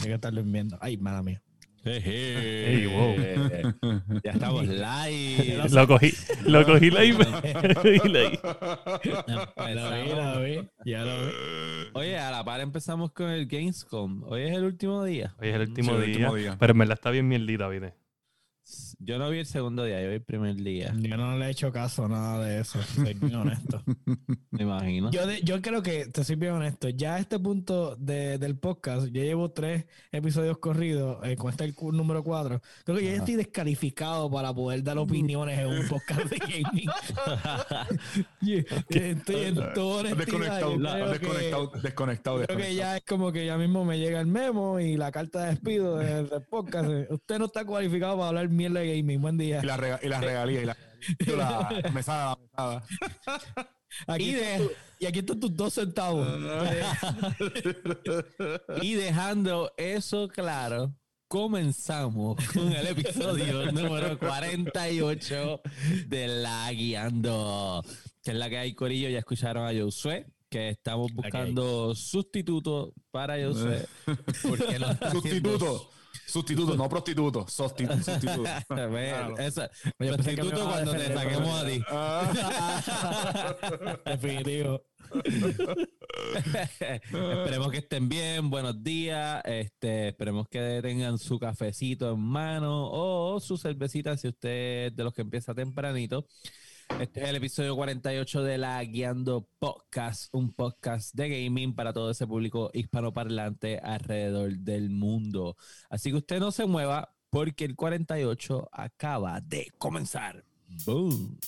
que estar durmiendo. Ay, mala mía. Hey, wow. Ya estamos live. Lo cogí live. Lo vi. Ya lo vi. Oye, a la par empezamos con el Gamescom. Hoy es el último día. Hoy es el último, Sí, el día, último día. pero en verdad está bien mierdita, ¿viste? Yo no vi el segundo día, yo vi el primer día. Yo no le he hecho caso a nada de eso, soy bien honesto. Me imagino. Yo creo que, te soy bien honesto, ya a este punto del podcast, yo llevo 3 episodios corridos, con este el número 4. Creo que yo ya estoy descalificado para poder dar opiniones en un podcast de gaming. Estoy en toda honestidad, Desconectado. creo que ya es como que ya mismo me llega el memo y la carta de despido del podcast. Usted no está cualificado para hablar mierda de gaming. Buen día. Y las regalías. La mesada. Aquí están tus 2 centavos. Y dejando eso claro, comenzamos con el episodio número 48 de La Guiando. Que es la que hay, corillo. Ya escucharon a Josué, que estamos buscando sustituto para Josué. Porque no está haciendo- Sustituto, no prostituto. Sustituto. Sustituto cuando te saquemos a ti. Definitivo. Esperemos que estén bien, buenos días. Esperemos que tengan su cafecito en mano o su cervecita si usted es de los que empieza tempranito. Este es el episodio 48 de La Guiando Podcast, un podcast de gaming para todo ese público hispanoparlante alrededor del mundo. Así que usted no se mueva porque el 48 acaba de comenzar. Boom.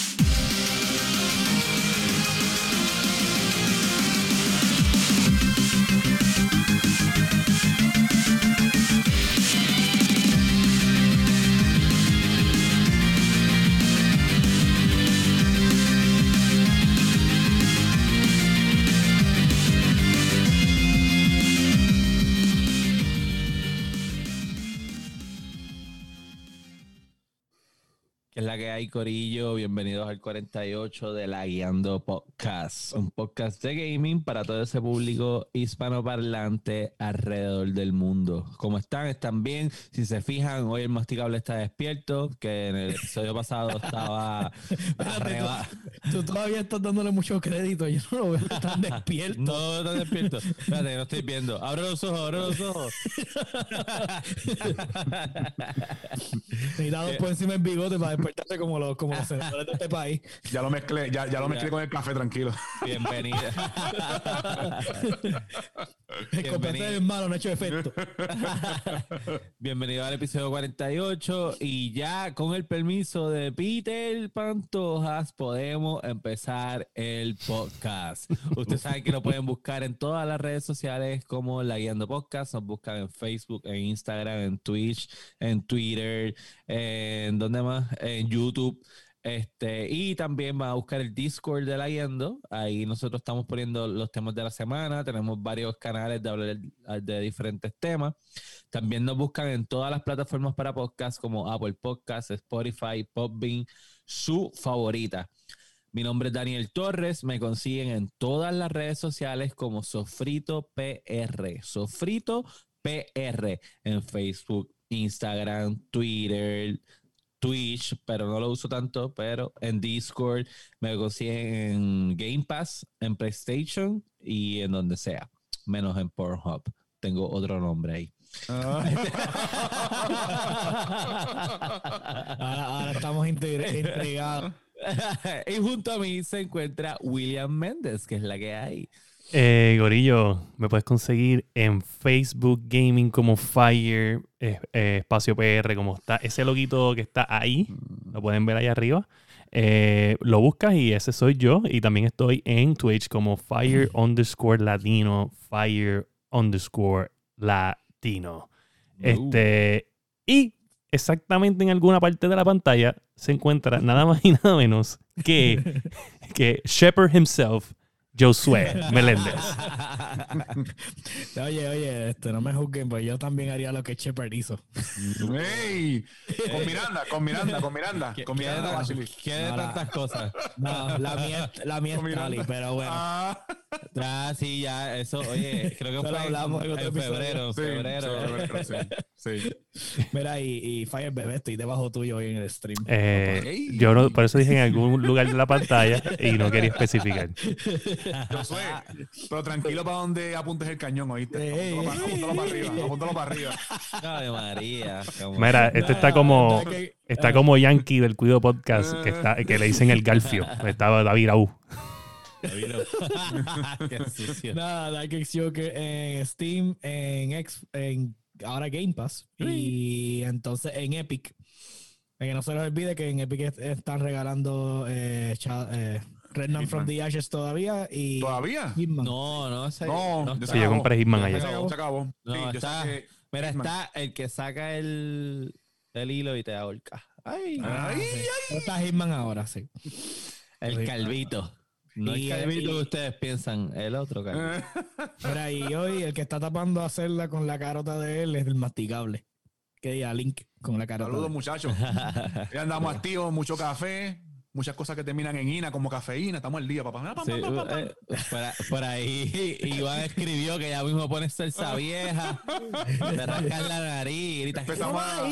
¿Qué es la que hay, corillo? Bienvenidos al 48 de La Guiando Podcast, un podcast de gaming para todo ese público hispanoparlante alrededor del mundo. ¿Cómo están? ¿Están bien? Si se fijan, hoy el masticable está despierto, que en el episodio pasado estaba arriba. Tú todavía estás dándole mucho crédito. Yo no lo veo tan despierto. No, está despierto. Espérate, no estoy viendo. Abre los ojos, abre los ojos. Necesitaba por encima el bigote para despertarse como los senadores de este país. Ya lo mezclé, ya lo mezclé con el café, tranquilo. Bienvenida. El completo del malo no ha hecho efecto. Bienvenido al episodio 48 y ya con el permiso de Peter Pantojas podemos empezar el podcast. Ustedes saben que lo pueden buscar en todas las redes sociales como La Guiando Podcast. Nos buscan en Facebook, en Instagram, en Twitch, en Twitter, en ¿dónde más? En YouTube. Y también van a buscar el Discord de La Guiando. Ahí nosotros estamos poniendo los temas de la semana. Tenemos varios canales de hablar de diferentes temas. También nos buscan en todas las plataformas para podcast como Apple Podcasts, Spotify, Podbean, su favorita. Mi nombre es Daniel Torres. Me consiguen en todas las redes sociales como Sofrito PR. Sofrito PR en Facebook, Instagram, Twitter, Twitch, pero no lo uso tanto, pero en Discord me consiguen en Game Pass, en PlayStation y en donde sea, menos en Pornhub. Tengo otro nombre ahí. Ahora estamos intrigados. Y junto a mí se encuentra William Méndez, que es la que hay. Gorillo, me puedes conseguir en Facebook Gaming como Fire Espacio PR, como está ese loguito que está ahí, lo pueden ver ahí arriba. Lo buscas y ese soy yo. Y también estoy en Twitch como Fire_Latino, Fire_Latino. Y exactamente en alguna parte de la pantalla se encuentra nada más y nada menos que Shepard himself, Josué Meléndez. Oye, no me juzguen, pues yo también haría lo que Shepard hizo. ¡Ey! Con Miranda. ¿Qué de tantas cosas? No, la mía es Con Miranda. Tali, pero bueno. Sí, ya, eso, oye, creo que Eso lo fue hablamos en otro en febrero, Sí, febrero. sí. Mira, y Fire Bebé, estoy debajo tuyo hoy en el stream. Ey. Yo no, por eso dije en algún lugar de la pantalla y no quería especificar. Yo sé, pero tranquilo para donde apuntes el cañón, ¿oíste? Apúntalo para arriba, apúntalo para arriba. Ay, María. Mira, este está como no, que- está como Yankee del Cuido Podcast que le dicen el Garfio. Estaba David Raúl. Qué sucio. Nada, Dark Age Joker en Steam, en ahora Game Pass y entonces en Epic. Que no se les olvide que en Epic están regalando Remnant from the Ashes todavía y ¿Todavía? Hitman. No, No, está. Sí, yo compré Hitman Se ayer. acabó, se acabó. No, Sí, yo está. saqué Mira, Hitman. está el que saca el hilo y te ahorca. Ay, Ay, Sí. Pero está Hitman ahora, sí. el calvito. No Y- el calvito y- que ustedes piensan, el otro calvito. Mira, y hoy el que está tapando a Zelda con la carota de él es el masticable. Que diga Link con la carota. Saludos, de él. muchachos. Ya andamos activos, mucho café, muchas cosas que terminan en ina, como cafeína. Estamos al día, papá. Mira, Sí, por ahí Iván escribió que ya mismo pone salsa vieja, te rascas la nariz y gritas Empezamos a-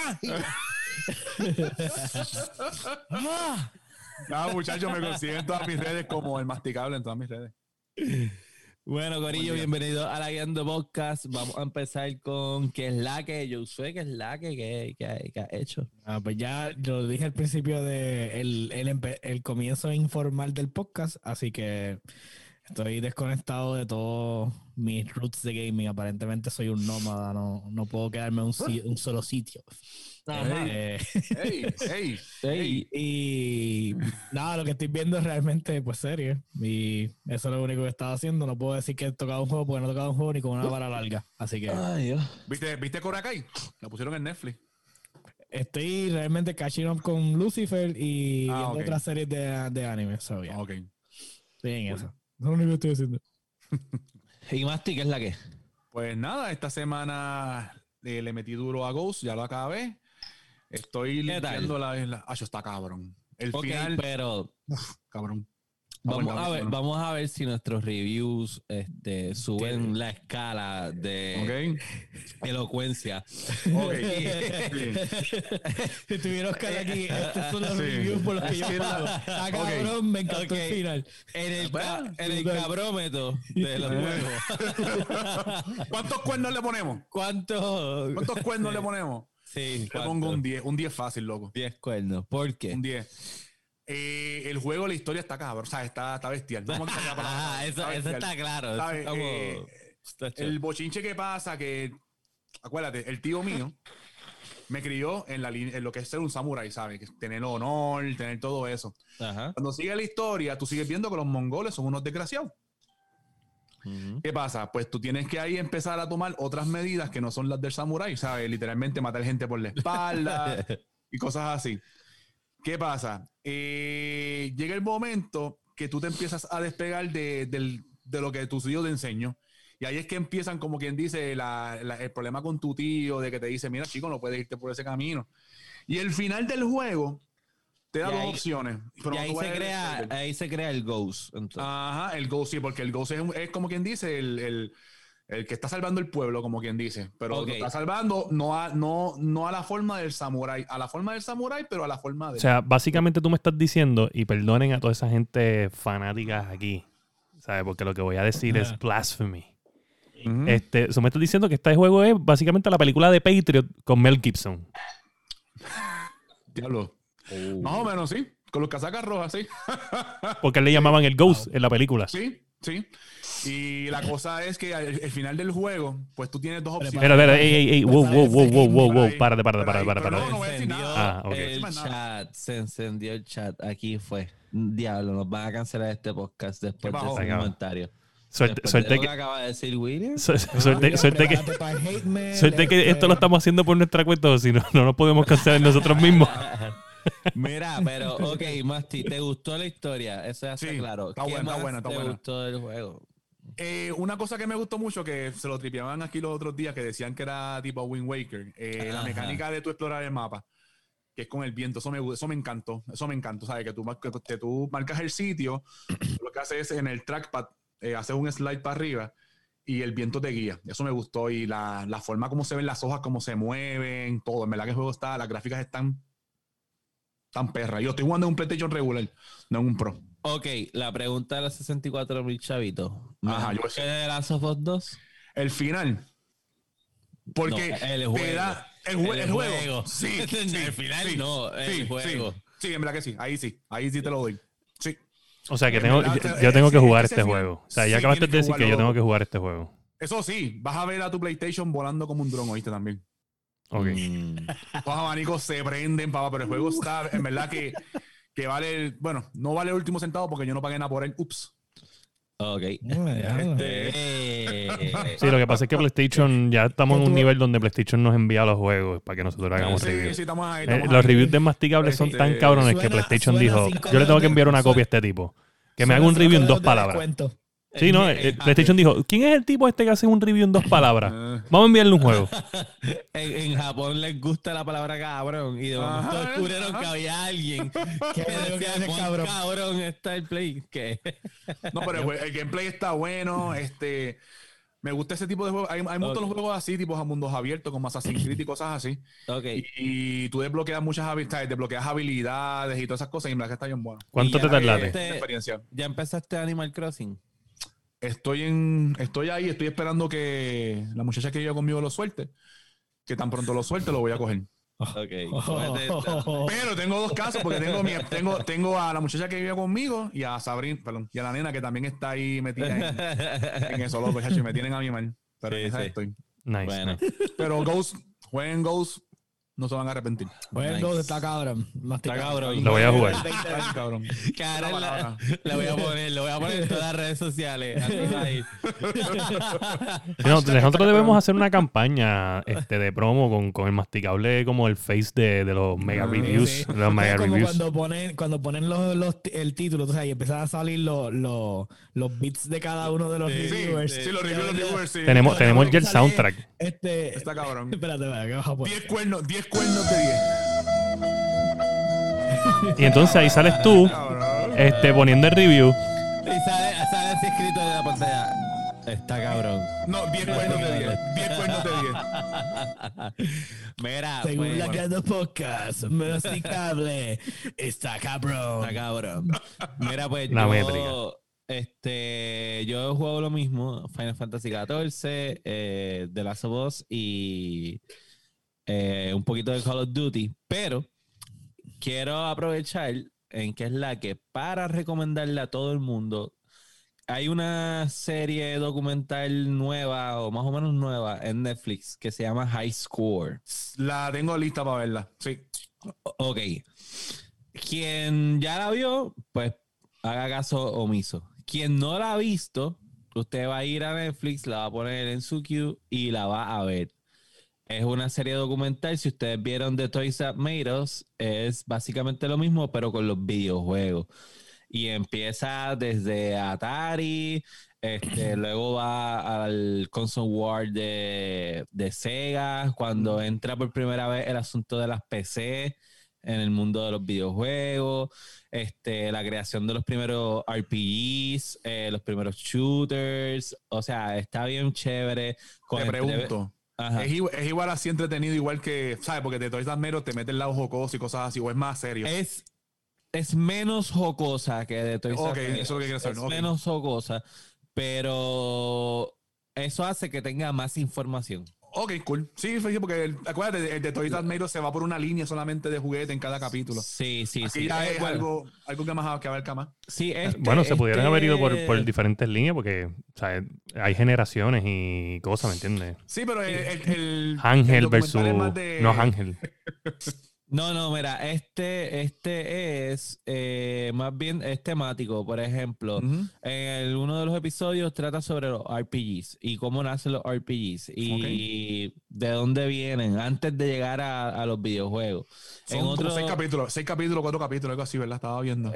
No, muchachos, me consiguen en todas mis redes como el masticable en todas mis redes. Bueno, Corillo, bienvenido a la Guiando Podcast. Vamos a empezar con qué es la que yo sé, qué es la que ha hecho. Pues ya lo dije al principio de el comienzo informal del podcast, así que estoy desconectado de todos mis roots de gaming. Aparentemente soy un nómada, no puedo quedarme en un solo sitio. Eh, Ey. y nada, lo que estoy viendo es realmente pues serie. Y eso es lo único que he estado haciendo. No puedo decir que he tocado un juego porque no he tocado un juego ni con una vara larga. Así que Ay, Dios. ¿Viste Cobra Kai? La pusieron en Netflix. estoy realmente catching up con Lucifer y viendo Ok. otras series de anime. So, yeah. Ok. Estoy en eso. Eso es lo único que estoy haciendo. Y Masti, ¿qué es la que? Pues nada, esta semana le metí duro a Ghost, ya lo acabé. Estoy ¿Qué tal? limpiando la... Está cabrón. El Ok, final, pero cabrón. vamos a ver si nuestros reviews suben la escala de elocuencia. Ok. Si tuvieron que aquí, estos son los Sí. reviews por los que yo pago. Ah, cabrón, me encantó Ok. el final. En el cabrómetro de los juegos. ¿Cuántos cuernos le ponemos? ¿Cuántos cuernos le ponemos? Sí, Le pongo un 10. Un 10 fácil, loco. 10 cuernos. ¿Por qué? Un 10. El juego, la historia está cabrón. O sea, está bestial. Vamos a quitar la palabra. Eso bestial. está claro. ¿Sabes? Está como- está chévere. El bochinche que pasa, que acuérdate, el tío mío me crió en lo que es ser un samurái, ¿sabes? Que es tener honor, tener todo eso. Ajá. Cuando sigue la historia, tú sigues viendo que los mongoles son unos desgraciados. Ujú. ¿Qué pasa? Pues tú tienes que ahí empezar a tomar otras medidas que no son las del samurái, ¿sabes? Literalmente matar gente por la espalda y cosas así. ¿Qué pasa? Llega el momento que tú te empiezas a despegar de lo que tu tío te enseñó. Y ahí es que empiezan, como quien dice, el problema con tu tío, de que te dice, mira, chico, no puedes irte por ese camino. Y el final del juego te da Y dos ahí- opciones. Pero Y no ahí te voy se, a crea, decir. ahí se crea el Ghost. Entonces. Ajá, el Ghost, sí, porque el Ghost es como quien dice, el que está salvando el pueblo, como quien dice. Pero Ok. lo está salvando no a la forma del samurái, a la forma del samurái, pero a la forma O de... sea, básicamente tú me estás diciendo, y perdonen a toda esa gente fanática aquí, ¿sabes? Porque lo que voy a decir es blasphemy. Ujú. Eso me estás diciendo que este juego es básicamente la película de Patriot con Mel Gibson. Diablo. Más o menos, sí. Con los casacas rojas, sí. Porque le llamaban el Ghost en la película. Sí, sí. Y la cosa es que al final del juego, pues tú tienes dos opciones. Espera, ey, wow, párate. Pero no voy a decir Encendió nada. ok. el Más nada. chat, se encendió el chat. Aquí fue. Diablo, nos van a cancelar este podcast después de bajó? ese comentario. Suerte Después de lo que que acaba de decir William. suerte que Prepárate para hate mail, suerte que esto lo estamos haciendo por nuestra cuenta, o si no, no nos podemos cancelar nosotros mismos. Mira, pero, ok, Masti, ¿te gustó la historia? Eso ya está Sí, claro. está ¿Qué buena, está más buena, está te buena. gustó del juego? Una cosa que me gustó mucho, que se lo tripeaban aquí los otros días, que decían que era tipo Wind Waker, la Ajá. mecánica de tú explorar el mapa, que es con el viento, eso me encantó, ¿sabes? Que tú marcas el sitio, lo que haces es en el trackpad, haces un slide para arriba y el viento te guía. Eso me gustó. Y la forma como se ven las hojas, cómo se mueven, todo. En verdad que el juego las gráficas están tan perras. Yo estoy jugando en un PlayStation regular, no en un Pro. Ok, la pregunta de los 64,000 chavitos. Ajá, yo ¿Qué de Last of Us 2? El final. Porque No, el te juego. da el juego. Sí, El final no, el juego. Sí, en verdad que sí. Ahí sí te lo doy. Sí. O sea, que En tengo, verdad, yo tengo que jugar ese este final- juego. O sea, ya sí, acabaste de tienes que decir que yo jugarlo. tengo que jugar este juego. Eso sí, vas a ver a tu PlayStation volando como un dron, ¿oíste? También. Ok. Los abanicos se prenden, papá, pero el juego está, en verdad que vale, bueno, no vale el último centavo porque yo no pagué nada por él. Ups. Ok. Sí, lo que pasa es que PlayStation, ya estamos en un nivel donde PlayStation nos envía los juegos para que nosotros hagamos Sí, reviews. sí, estamos ahí. Los reviews de Masticables son tan cabrones que Suena- PlayStation suena dijo, cinco yo le tengo que dedos enviar una de- copia a este tipo. Que me haga un review en 2 palabras. Sí, no, PlayStation dijo, ¿quién es el tipo este que hace un review en 2 palabras? Vamos a enviarle un juego. En Japón les gusta la palabra cabrón y de momento Ajá, descubrieron ajá. que había alguien que decía que "¿Cuán cabrón?" cabrón está el play. ¿Qué? No, pero el gameplay está bueno. Me gusta ese tipo de juegos. Hay muchos juegos así, tipos a mundos abiertos, como Assassin's Creed y cosas así. Ok. Y tú desbloqueas muchas habilidades, desbloqueas habilidades y todas esas cosas. Y en verdad que está bien bueno. ¿Cuánto Y te ya tardaste? este- Experiencia. ¿Ya empezaste Animal Crossing? Estoy ahí, estoy esperando que la muchacha que vive conmigo lo suelte. Que tan pronto lo suelte, lo voy a coger. Ok. Pero tengo 2 casos, porque tengo a la muchacha que vive conmigo y a Sabrina, perdón, y a la nena que también está ahí metida en eso, loco, chacho, y me tienen a mi mal. Pero Sí, en esa sí. estoy. Nice. Bueno. Pero jueguen Ghost, no se van a arrepentir. Bueno, Nice. está cabrón. Está cabrón. Lo voy a jugar. Ay, cabrón. Cara, Una palabra. lo voy a poner en todas las redes sociales. Ahí. Nosotros debemos hacer una campaña de promo con el masticable como el face de los mega reviews. Sí. Los mega Es como reviews. cuando ponen el título, o sea, y empiezan a salir los bits de cada uno de los Sí, reviewers. Sí, los reviewers, sí. Tenemos ya el Sale, soundtrack. Está cabrón. Espérate, ¿qué vas a poner? 10 cuernos de 10. Y entonces ahí sales tú Cabrón. poniendo el review. Y sale así escrito en la pantalla. Está cabrón. No, 10 cuernos de 10. 10 cuernos de 10. Mira, Según pues, la Grande Podcast, masticable, está cabrón. está cabrón. Mira, pues La yo, métrica. yo juego lo mismo, Final Fantasy XIV, The Last of Us y un poquito de Call of Duty, pero quiero aprovechar en que es la que para recomendarle a todo el mundo. Hay una serie documental nueva o más o menos nueva en Netflix que se llama High Score. La tengo lista para verla. Sí. Ok. Quien ya la vio, pues haga caso omiso. Quien no la ha visto, usted va a ir a Netflix, la va a poner en su queue y la va a ver. Es una serie documental. Si ustedes vieron The Toys That Made Us, es básicamente lo mismo, pero con los videojuegos. Y empieza desde Atari, luego va al Console War de Sega, cuando entra por primera vez el asunto de las PC en el mundo de los videojuegos, la creación de los primeros RPGs, los primeros shooters. O sea, está bien chévere. Te pregunto. Ajá. ¿Es igual así entretenido, igual que, ¿sabes? Porque de Toys That Made Us te mete el lado jocoso y cosas así, o es más serio. Es menos jocosa que de Toys Ok, That Made Us. eso es lo que quiero saber. Es Ok. menos jocosa, pero eso hace que tenga más información. Ok, cool. Sí, porque acuérdate, el de Toys That Made Us se va por una línea solamente de juguete en cada capítulo. Sí. Aquí ya es Bueno, algo que más que abarca más. sí, Bueno, se pudieran haber ido por diferentes líneas porque o sea, hay generaciones y cosas, ¿me entiendes? Sí, pero el Ángel documental versus... es más de- No, Ángel. No, mira, este es más bien es temático. Por ejemplo, Ujú. en uno de los episodios trata sobre los RPGs y cómo nacen los RPGs y de dónde vienen antes de llegar a los videojuegos. Son como 6 capítulos, 4 capítulos, algo así, ¿verdad? Estaba viendo.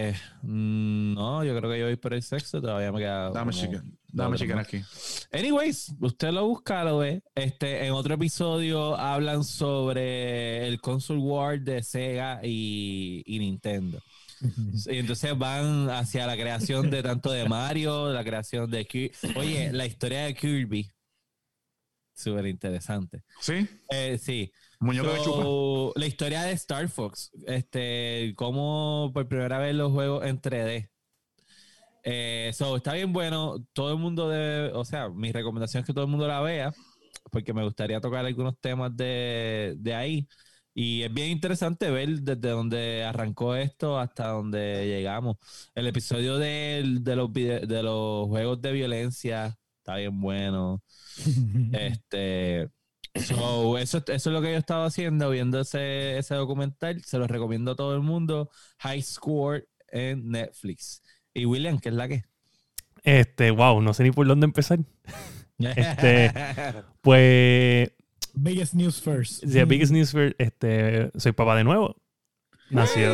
No, yo creo que yo voy por el sexto, todavía me queda. Dame checar aquí. Anyways, usted lo busca, lo ve. En otro episodio hablan sobre el Console War de Sega y Nintendo. Y entonces van hacia la creación de tanto de Mario, la creación de Kirby. Oye, la historia de Kirby. Súper interesante. ¿Sí? Sí. Muñeco de chupa. La historia de Star Fox. Cómo por primera vez los juegos en 3D. Está bien bueno. Todo el mundo debe, o sea, mi recomendación es que todo el mundo la vea, porque me gustaría tocar algunos temas de ahí. Y es bien interesante ver desde donde arrancó esto hasta donde llegamos. El episodio de los juegos de violencia está bien bueno. Eso es lo que yo estaba haciendo, viendo ese documental. Se lo recomiendo a todo el mundo. High Score en Netflix. Y William, ¿qué es la que? Wow, no sé ni por dónde empezar. Pues Biggest news first. The biggest news first, soy papá de nuevo. Nació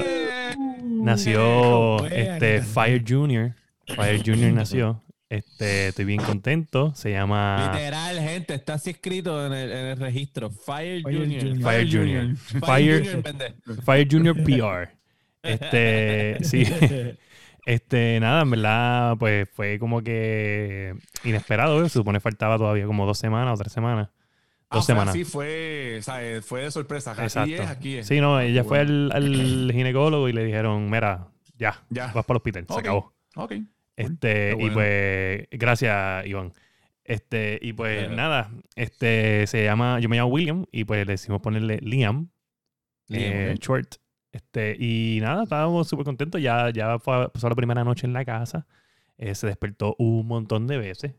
Fire Junior. Fire Junior nació. Estoy bien contento. Se llama Literal, gente, está así escrito en el registro. Fire Junior. Fire Junior. Fire Junior PR. Sí. Nada, en verdad, pues fue como que inesperado. Se supone faltaba todavía como 2 semanas o 3 semanas. 2 semanas. Sí, fue de sorpresa. Exacto. Aquí es. Sí, no, ella fue al ginecólogo y le dijeron, mira, ya. Vas para el hospital. Se acabó. Ok. Y pues, gracias, Iván. Y pues nada, yo me llamo William y pues le decimos ponerle Liam. Short. Y nada, estábamos súper contentos. Ya pasó la primera noche en la casa. Se despertó un montón de veces.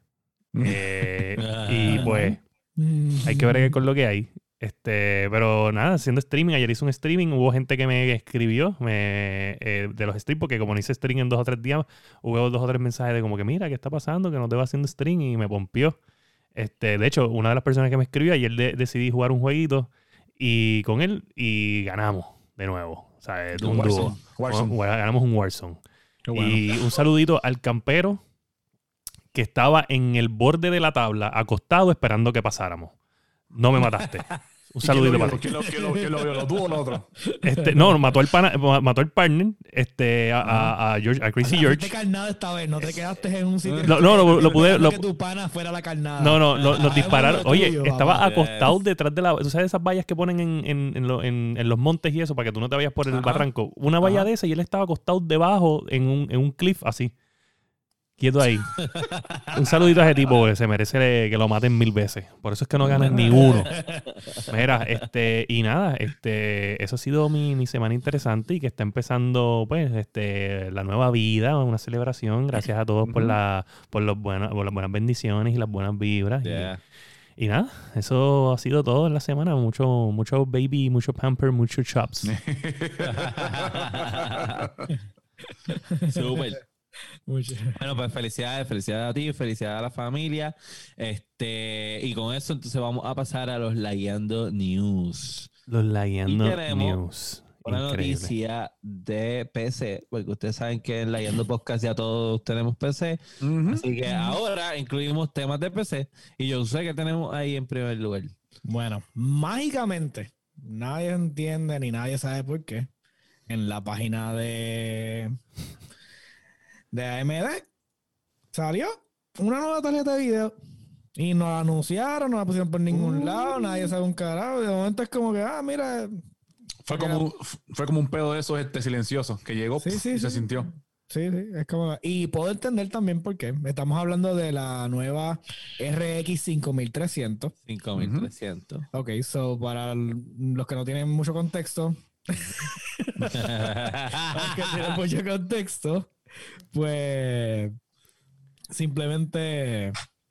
Y pues hay que ver con lo que hay. Pero nada, haciendo streaming. Ayer hice un streaming. Hubo gente que me escribió de los streams, porque como no hice stream en 2 o 3 días, hubo 2 o 3 mensajes de como que mira, ¿qué está pasando? Que no te va haciendo stream, y me pompió. De hecho, una de las personas que me escribió, ayer decidí jugar un jueguito y con él y ganamos de nuevo. O sea, un dúo. Ganamos un Warzone. Bueno. Y un saludito al campero que estaba en el borde de la tabla, acostado, esperando que pasáramos. No me mataste. Un saludito para ti. ¿Quién lo vio? ¿Lo tuvo o lo otro? No, mató al partner, a Crazy George. Fuiste carnado esta vez, no te quedaste en un sitio. No, lo pude. Que tu pana fuera la carnada. No, nos dispararon. Oye, estaba acostado detrás de la. ¿Tú sabes esas vallas que ponen en los montes y eso para que tú no te vayas por el barranco? Una valla de esa y él estaba acostado debajo en un cliff así. Quieto ahí. Un saludito a ese tipo, porque se merece que lo maten 1000 veces. Por eso es que no ganan ni uno. Mira, y nada, eso ha sido mi semana interesante, y que está empezando, pues, la nueva vida, una celebración. Gracias a todos por las buenas bendiciones y las buenas vibras. Yeah. Y nada, eso ha sido todo en la semana. Mucho baby, mucho pamper, mucho chops. Súper. Bueno, pues felicidades a ti, felicidades a la familia. Y con eso entonces vamos a pasar a los Lagueando News. Los Lagueando News. Una noticia de PC, porque ustedes saben que en Lagueando Podcast ya todos tenemos PC. Así que ahora incluimos temas de PC. Y yo sé que tenemos ahí en primer lugar. Bueno, mágicamente, nadie entiende ni nadie sabe por qué. En la página de AMD salió una nueva tarjeta de video y nos la anunciaron, no la pusieron por ningún lado, nadie sabe un carajo, y de momento es como que, mira, fue como un pedo de esos silencioso que llegó y se sintió. Sí, es como, y puedo entender también por qué. Estamos hablando de la nueva RX 5300. 5300. Ok, para los que no tienen mucho contexto, pues simplemente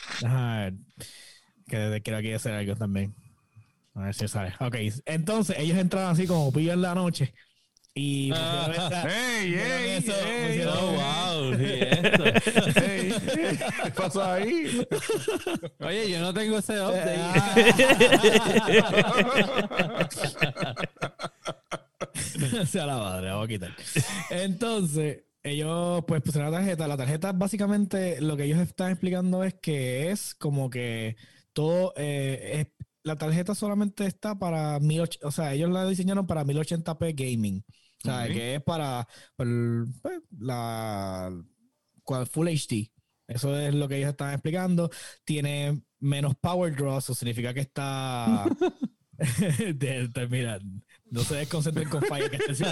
que quiero aquí hacer algo también, a ver si sale. Ok, entonces ellos entraron así como pillo en la noche y ¿qué pasó ahí? Oye, yo no tengo ese update. Sea la madre, vamos a quitar. Entonces, ellos pues pusieron la tarjeta. La tarjeta básicamente lo que ellos están explicando es que es como que todo, la tarjeta solamente está para 1080, o sea, ellos la diseñaron para 1080p gaming. O sea, que es para pues, Full HD. Eso es lo que ellos están explicando. Tiene menos power draw, eso significa que está... Mira, no se desconcentren con Fire que está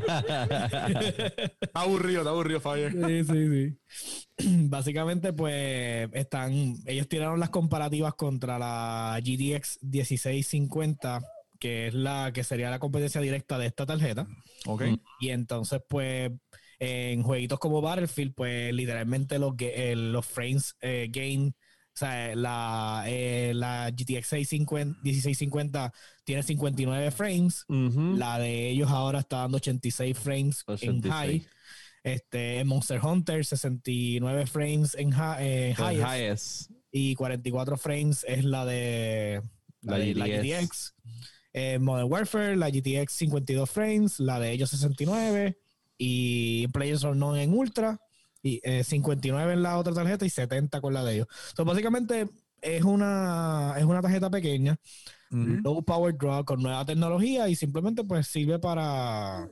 Está aburrido, Fire. Sí. Básicamente, pues, ellos tiraron las comparativas contra la GTX 1650, que es la que sería la competencia directa de esta tarjeta. Ok. Y entonces, pues, en jueguitos como Battlefield, pues, literalmente los frames gain. O sea, la GTX 1650 tiene 59 frames. La de ellos ahora está dando 86 frames 86. en high. En Monster Hunter, 69 frames en highest. Y 44 frames es la de la GTX. Modern Warfare, la GTX 52 frames, la de ellos 69. Y PlayerUnknown en Ultra. Y 59 en la otra tarjeta y 70 con la de ellos. Entonces, básicamente es una tarjeta pequeña, low power draw, con nueva tecnología y simplemente pues sirve para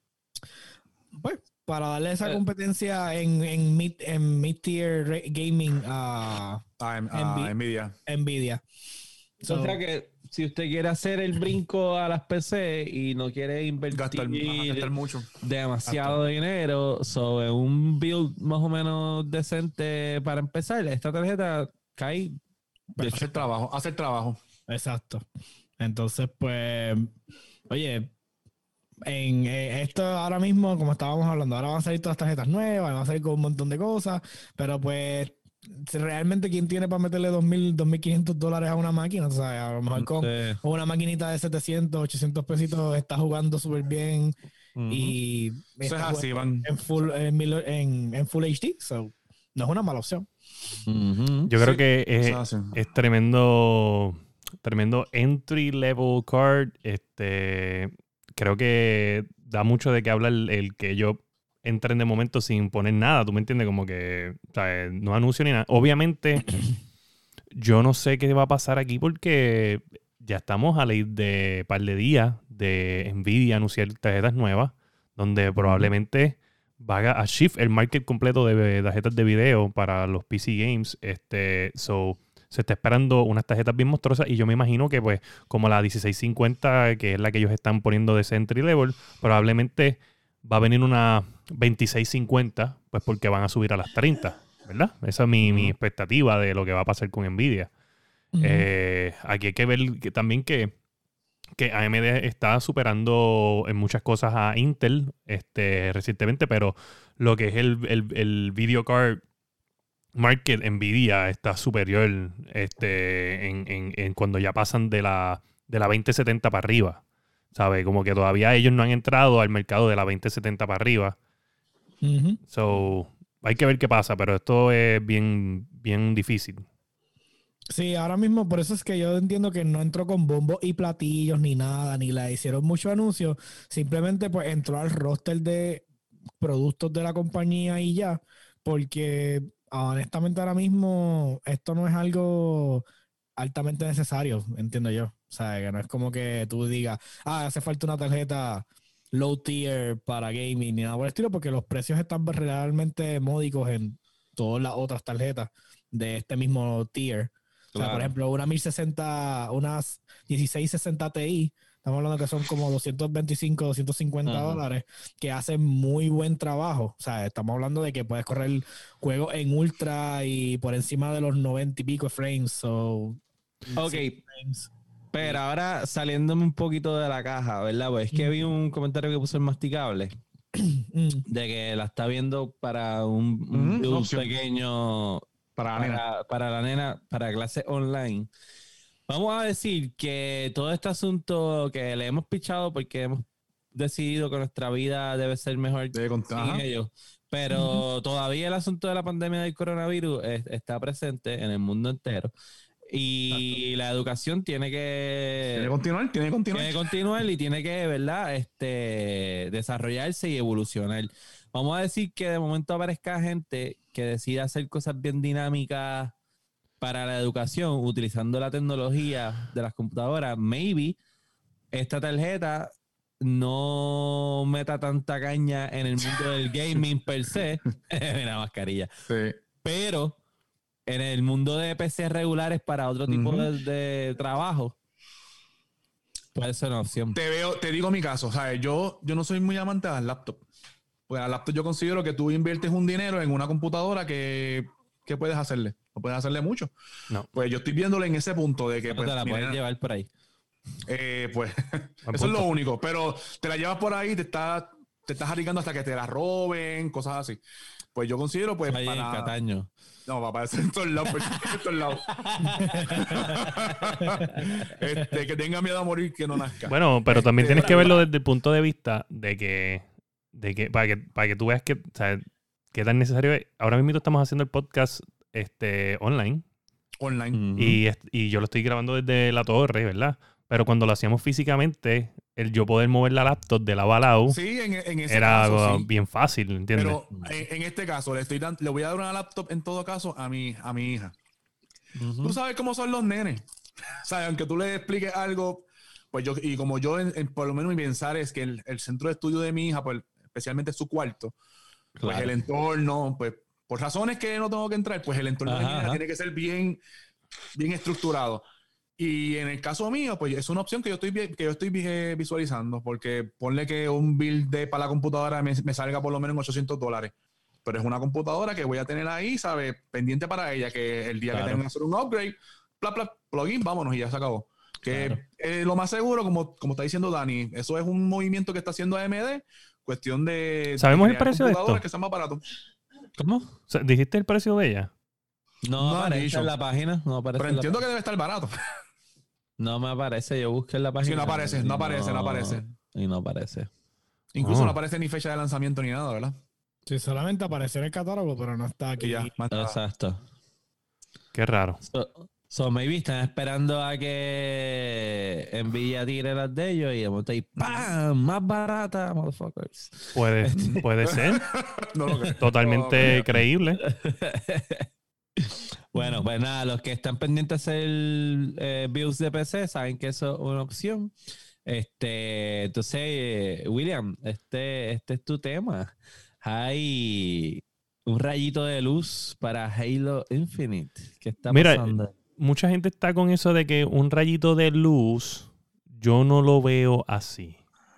darle esa competencia en mid-tier gaming a Nvidia. O sea que si usted quiere hacer el brinco a las PC y no quiere Gastar invertir mucho. demasiado dinero sobre un build más o menos decente para empezar, esta tarjeta cae Hacer trabajo. Exacto. Entonces, pues, oye, en esto ahora mismo, como estábamos hablando, ahora van a salir todas las tarjetas nuevas, van a salir con un montón de cosas, pero pues realmente quién tiene para meterle $2,000, $2,500 a una máquina, o sea, a lo mejor con una maquinita de 700, 800 pesitos está jugando súper bien y Eso es está así, van. en full HD, so no es una mala opción. Yo creo que es tremendo entry level card. Creo que da mucho de qué hablar el que yo entren de momento sin poner nada, ¿tú me entiendes? Como que, o sea, no anuncio ni nada. Obviamente, yo no sé qué va a pasar aquí porque ya estamos a ley de par de días de Nvidia anunciar tarjetas nuevas, donde probablemente va a shift el market completo de tarjetas de video para los PC games. Se está esperando unas tarjetas bien monstruosas y yo me imagino que pues como la 1650, que es la que ellos están poniendo de entry level, probablemente va a venir una 2650, pues porque van a subir a las 30, ¿verdad? Esa es mi expectativa de lo que va a pasar con Nvidia. Aquí hay que ver también que AMD está superando en muchas cosas a Intel recientemente, pero lo que es el video card market, Nvidia está superior en cuando ya pasan de la 2070 para arriba. ¿Sabe? Como que todavía ellos no han entrado al mercado de la 2070 para arriba. So, hay que ver qué pasa, pero esto es bien, bien difícil. Sí, ahora mismo por eso es que yo entiendo que no entró con bombos y platillos ni nada, ni la hicieron muchos anuncios. Simplemente pues entró al roster de productos de la compañía y ya. Porque honestamente ahora mismo esto no es algo altamente necesario, entiendo yo. O sea, que no es como que tú digas, hace falta una tarjeta low tier para gaming ni nada por el estilo, porque los precios están realmente módicos en todas las otras tarjetas de este mismo tier. O sea, por ejemplo, una 1060, unas 1660 Ti, estamos hablando que son como 225, 250 dólares, que hacen muy buen trabajo. O sea, estamos hablando de que puedes correr juegos en ultra y por encima de los 90 y pico frames. So, ok. Frames. Pero ahora saliéndome un poquito de la caja, ¿verdad? Pues es que vi un comentario que puso el Masticable de que la está viendo para un pequeño para la nena, para clase online. Vamos a decir que todo este asunto que le hemos pichado porque hemos decidido que nuestra vida debe ser mejor sin ellos, pero todavía el asunto de la pandemia del coronavirus está presente en el mundo entero. Y la educación tiene que continuar y tiene que, ¿verdad? Desarrollarse y evolucionar. Vamos a decir que de momento aparezca gente que decida hacer cosas bien dinámicas para la educación utilizando la tecnología de las computadoras. Maybe esta tarjeta no meta tanta caña en el mundo del gaming per se. Mira, mascarilla. Sí. Pero en el mundo de PC regulares para otro tipo de trabajo, puede ser una opción. Te digo mi caso, ¿sabes? Yo no soy muy amante de las laptops. Pues a la laptop yo considero que tú inviertes un dinero en una computadora que puedes hacerle. No puedes hacerle mucho. No. Pues yo estoy viéndole en ese punto de que No pues, te la mira, puedes llevar por ahí. pues eso es lo único. Pero te la llevas por ahí, te estás arriesgando hasta que te la roben, cosas así. Pues yo considero pues Ahí en Cataño. No, va a aparecer en todos lados, en todos lados. Que tenga miedo a morir, que no nazca. Bueno, pero también tienes que verlo desde el punto de vista de que para que tú veas que, o sea, qué tan necesario es. Ahora mismo estamos haciendo el podcast online. Y yo lo estoy grabando desde la torre, ¿verdad? Pero cuando lo hacíamos físicamente, el yo poder mover la laptop de lado a lado era algo bien fácil, ¿entiendes? Pero en este caso, le voy a dar una laptop en todo caso a mi hija. Tú sabes cómo son los nenes. O sea, aunque tú le expliques algo, pues como yo, por lo menos mi pensar es que el centro de estudio de mi hija, pues especialmente su cuarto, pues el entorno, pues por razones que no tengo que entrar, pues el entorno de mi hija tiene que ser bien estructurado. Y en el caso mío, pues es una opción que yo estoy visualizando, porque ponle que un build para la computadora me salga por lo menos en $800. Pero es una computadora que voy a tener ahí, ¿sabes? Pendiente para ella, que el día que tenga que hacer un upgrade, plugin, vámonos y ya se acabó. Que lo más seguro, como está diciendo Dani, eso es un movimiento que está haciendo AMD, cuestión de... ¿Sabemos el precio de esto? Que sean más baratos. ¿Cómo? O sea, ¿dijiste el precio de ella? No aparece en la página. No aparece. Pero entiendo que debe estar barato. No me aparece. Yo busqué en la página. Sí, no aparece. Y no aparece. Incluso no aparece ni fecha de lanzamiento ni nada, ¿verdad? Sí, solamente aparece en el catálogo, pero no está aquí. Ya, exacto. Qué raro. Maybe están esperando a que Nvidia tire las de ellos y de momento ahí ¡pam! Más barata, motherfuckers. Puede ser. No lo creo. Totalmente creíble. Bueno, pues nada, los que están pendientes de hacer builds de PC saben que eso es una opción. Entonces, William, este es tu tema. Hay un rayito de luz para Halo Infinite. ¿Qué está pasando? Mucha gente está con eso de que un rayito de luz, yo no lo veo así.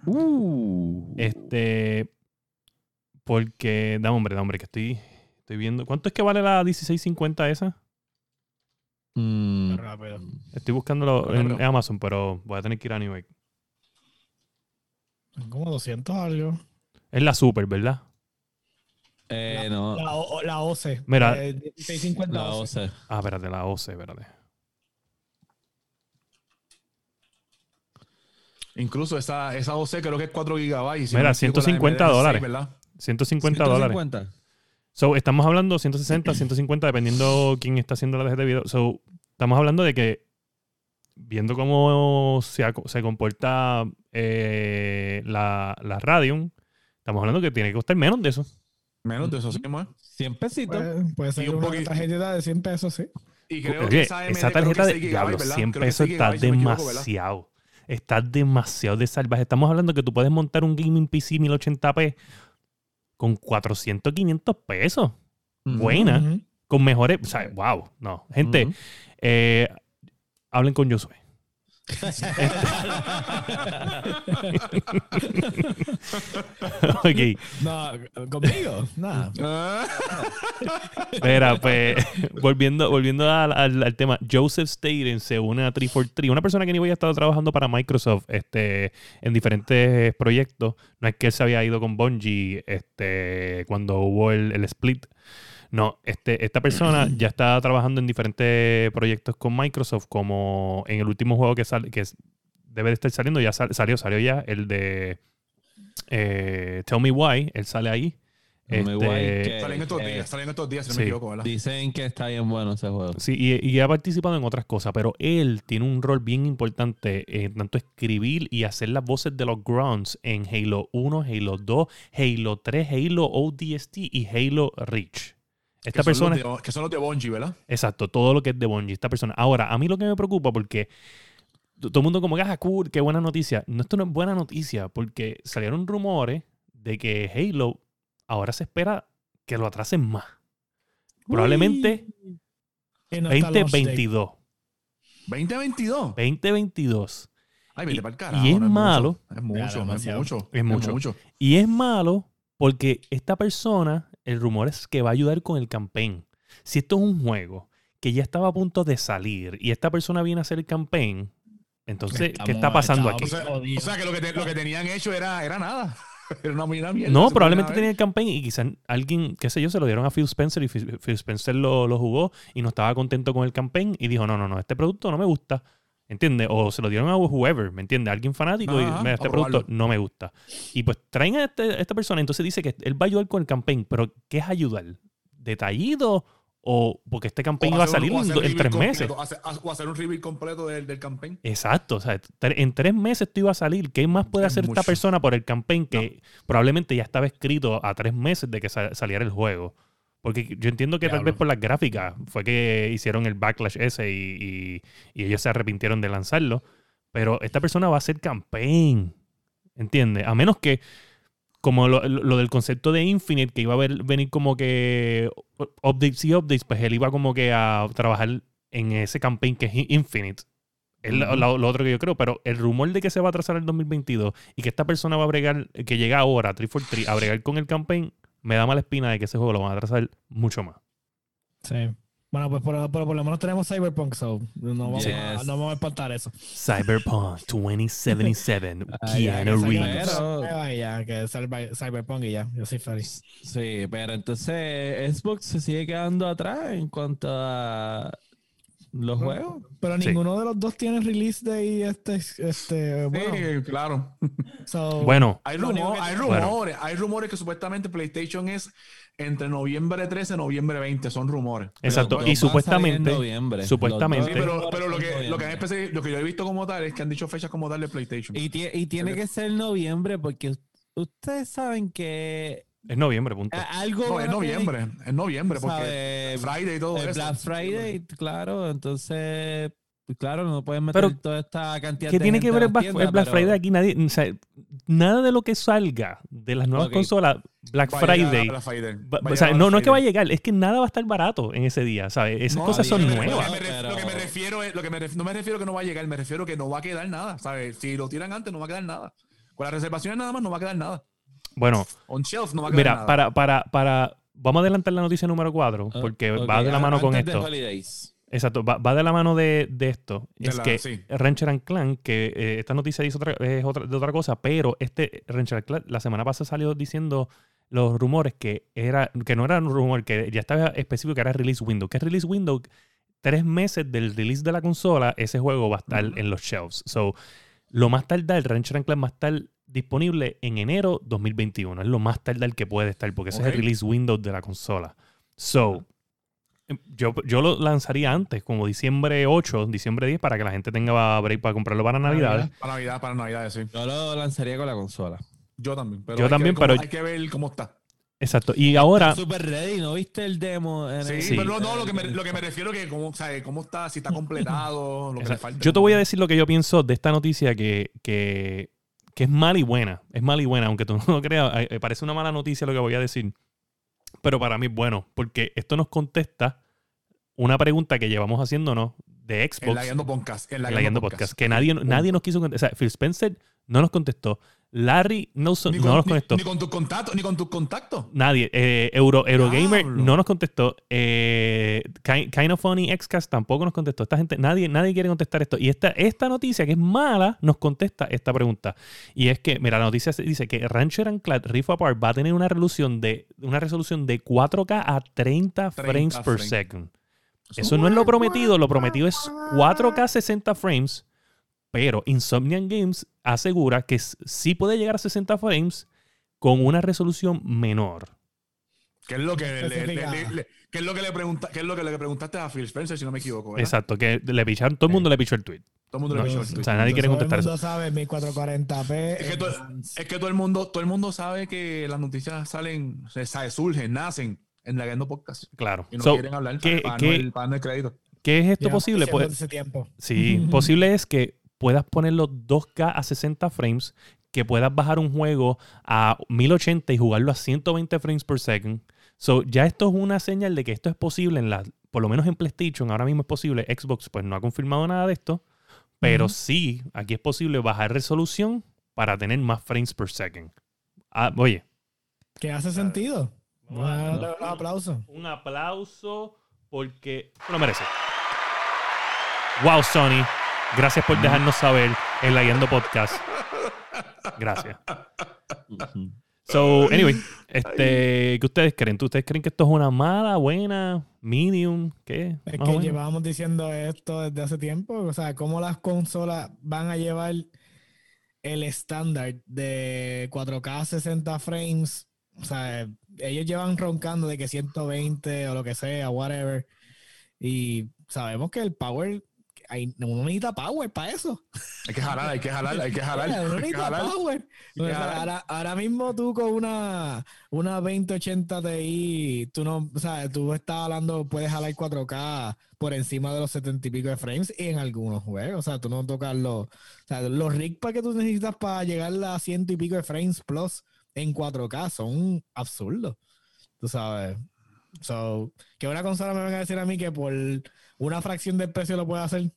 Porque, da hombre, que estoy viendo. ¿Cuánto es que vale la 1650 esa? Rápido. Estoy buscándolo en Amazon, pero voy a tener que ir a Newegg. Como 200 algo. Es la Super, ¿verdad? No. La OC. Mira. 1650 La OC. Espérate, la OC, espérate. Incluso esa OC creo que es 4 gigabytes. Mira, $150. ¿verdad? $150. So, estamos hablando 160, 150, dependiendo quién está haciendo la tarjeta de video. So, estamos hablando de que, viendo cómo se comporta la Radeon, estamos hablando que tiene que costar menos de eso. Menos de eso, sí, ¿no? 100 pesitos. Puede ser una tarjeta de 100 pesos, sí. Y creo que esa tarjeta de diablo, 100 pesos está demasiado. Está demasiado de salvaje. Estamos hablando que tú puedes montar un gaming PC 1080p con 400, 500 pesos. Buena. Con mejores... O sea, wow. No. Gente, hablen con Josué. Ok. No, conmigo. Nada. Mira, pues, volviendo al tema, Joseph Staten se une a 343, una persona que ni había estado trabajando para Microsoft en diferentes proyectos. No es que él se había ido con Bungie cuando hubo el split. No, esta persona ya está trabajando en diferentes proyectos con Microsoft, como en el último juego que debe de estar saliendo, ya salió ya, el de Tell Me Why, él sale ahí. Salen estos días, si no me equivoco, ¿verdad? Dicen que está bien bueno ese juego. Sí, y ha participado en otras cosas, pero él tiene un rol bien importante en tanto escribir y hacer las voces de los grunts en Halo 1, Halo 2, Halo 3, Halo ODST y Halo Reach. Esta persona... que son los de Bungie, ¿verdad? Exacto, todo lo que es de Bungie, esta persona. Ahora, a mí lo que me preocupa porque todo el mundo como que, cool, qué buena noticia. No, esto no es buena noticia porque salieron rumores de que Halo ahora se espera que lo atrasen más. Probablemente Y no está 2022. 2022. 2022. Ay, vete para el carajo. Y es no malo. Es mucho, demasiado. Es mucho. Y es malo porque esta persona, el rumor es que va a ayudar con el campaign. Si esto es un juego que ya estaba a punto de salir y esta persona viene a hacer el campaign, entonces, ¿qué está pasando aquí? O sea, que lo que tenían hecho era nada. Era una mierda. No, probablemente tenía el campaign y quizás alguien, qué sé yo, se lo dieron a Phil Spencer y Phil Spencer lo jugó y no estaba contento con el campaign y dijo, no, este producto no me gusta. ¿Entiendes? O se lo dieron a whoever, ¿me entiendes? Alguien fanático y mira, este producto no me gusta. Y pues traen a esta persona, entonces dice que él va a ayudar con el campaign, pero ¿qué es ayudar? ¿Detallito? ¿O porque este campaign va a salir en 3 meses? O hacer un reveal completo del campaign. Exacto. O sea, en 3 meses esto iba a salir. ¿Qué más puede hacer esta persona por el campaign que probablemente ya estaba escrito a 3 meses de que saliera el juego? Porque yo entiendo que tal vez por las gráficas fue que hicieron el backlash ese y ellos se arrepintieron de lanzarlo. Pero esta persona va a hacer campaign. ¿Entiendes? A menos que, como lo del concepto de Infinite, que iba a venir como que updates, pues él iba como que a trabajar en ese campaign que es Infinite. Es lo otro que yo creo. Pero el rumor de que se va a atrasar el 2022 y que esta persona va a bregar, que llega ahora, 343, a bregar con el campaign, me da mala espina de que ese juego lo van a atrasar mucho más. Sí. Bueno, pues por lo menos tenemos Cyberpunk, so no vamos a espantar eso. Cyberpunk 2077, Keanu Reeves. Que Cyberpunk y ya, yo soy feliz. Sí, pero entonces Xbox se sigue quedando atrás en cuanto a los juegos. Pero ninguno de los dos tiene release day bueno. Sí, claro. Bueno. Hay rumores que supuestamente PlayStation es entre noviembre 13 y noviembre 20. Son rumores. Exacto. Y supuestamente. Sí, pero lo que yo he visto como tal es que han dicho fechas como tal de PlayStation. Y tiene que ser noviembre porque ustedes saben que es noviembre, punto. Es noviembre, porque Friday y todo eso. Black Friday, claro, entonces, claro, no pueden meter toda esta cantidad de ¿qué tiene que ver el Black Friday aquí? Nadie, o sea, nada de lo que salga de las nuevas consolas, Black Friday. O sea, no es que va a llegar, es que nada va a estar barato en ese día, ¿sabes? Esas cosas son nuevas. Lo que me refiero es, no me refiero que no va a llegar, me refiero que no va a quedar nada, ¿sabes? Si lo tiran antes, no va a quedar nada. Con las reservaciones nada más, no va a quedar nada. Bueno, on shelf no va a quedar mira, nada. vamos a adelantar la noticia número 4 porque va de la mano con esto. Exacto, va de la mano de esto. Ratchet & Clank, que esta noticia dice de otra cosa, pero Ratchet & Clank la semana pasada salió diciendo los rumores que no era un rumor, que ya estaba específico que era release window. ¿Qué es release window? 3 meses del release de la consola, ese juego va a estar en los shelves. So, lo más tardar, Ratchet & Clank va a estar disponible en enero 2021. Es lo más tardar que puede estar, porque ese es el release window de la consola. So, yo lo lanzaría antes, como diciembre 8, diciembre 10, para que la gente tenga break para comprarlo para Navidad. Para Navidad, sí. Yo lo lanzaría con la consola. Yo también. Pero hay que ver cómo está. Exacto. Y ahora... Super ready, ¿no viste el demo? Sí, pero no, lo que me refiero es que cómo está, si está completado, lo que le falta. Yo te voy a decir lo que yo pienso de esta noticia que es mala y buena. Es mala y buena, aunque tú no lo creas. Parece una mala noticia lo que voy a decir. Pero para mí es bueno, porque esto nos contesta una pregunta que llevamos haciéndonos de Xbox. En la Guiando Podcast. Podcast. Que nadie nos quiso contestar. O sea, Phil Spencer no nos contestó. Larry Nelson no nos contestó. Ni con tus contactos. Nadie. Eurogamer no nos contestó. Kind of Funny Xcast tampoco nos contestó. Esta gente, nadie quiere contestar esto. Y esta noticia, que es mala, nos contesta esta pregunta. Y es que, mira, la noticia dice que Ratchet & Clank Rift Apart va a tener una resolución de 4K a 30 frames per second. Eso no es lo prometido. Lo prometido es 4K 60 frames. Pero Insomniac Games asegura que sí puede llegar a 60 frames con una resolución menor. ¿Qué es lo que le preguntaste a Phil Spencer, si no me equivoco, ¿verdad? Exacto, que le picharon, todo el mundo le pichó el tweet. Todo el mundo le pichó el tweet. O sea, nadie quiere contestar eso. Todo el mundo sabe 1440p. Es que todo el mundo sabe que las noticias surgen, nacen en la Guiando Podcast. Claro. Y no quieren hablar para no el crédito. ¿Qué es esto posible? Pues, ese tiempo. Sí, posible es que puedas ponerlo 2K a 60 frames, que puedas bajar un juego a 1080 y jugarlo a 120 frames per second. So, ya esto es una señal de que esto es posible por lo menos en PlayStation, ahora mismo es posible. Xbox pues no ha confirmado nada de esto, pero sí, aquí es posible bajar resolución para tener más frames per second. Oye. ¿Qué hace sentido? Un aplauso. Un aplauso porque lo merece. Wow, Sony. Gracias por dejarnos saber en la Guiando Podcast. Gracias. So, anyway, ¿qué ustedes creen? ¿Ustedes creen que esto es una mala, buena, medium? ¿Qué? Es que llevábamos diciendo esto desde hace tiempo. O sea, cómo las consolas van a llevar el estándar de 4K 60 frames. O sea, ellos llevan roncando de que 120 o lo que sea, whatever. Y sabemos que el power... uno necesita power para eso. Hay que jalar. Uno necesita power. Ahora mismo tú con una 2080 Ti, tú estás hablando, puedes jalar 4K por encima de los 70 y pico de frames y en algunos juegos. O sea, tú no tocas los rigs para que tú necesitas para llegar a 100 y pico de frames plus en 4K son absurdos. Tú sabes. So, que una consola me venga a decir a mí que por una fracción del precio lo puede hacer.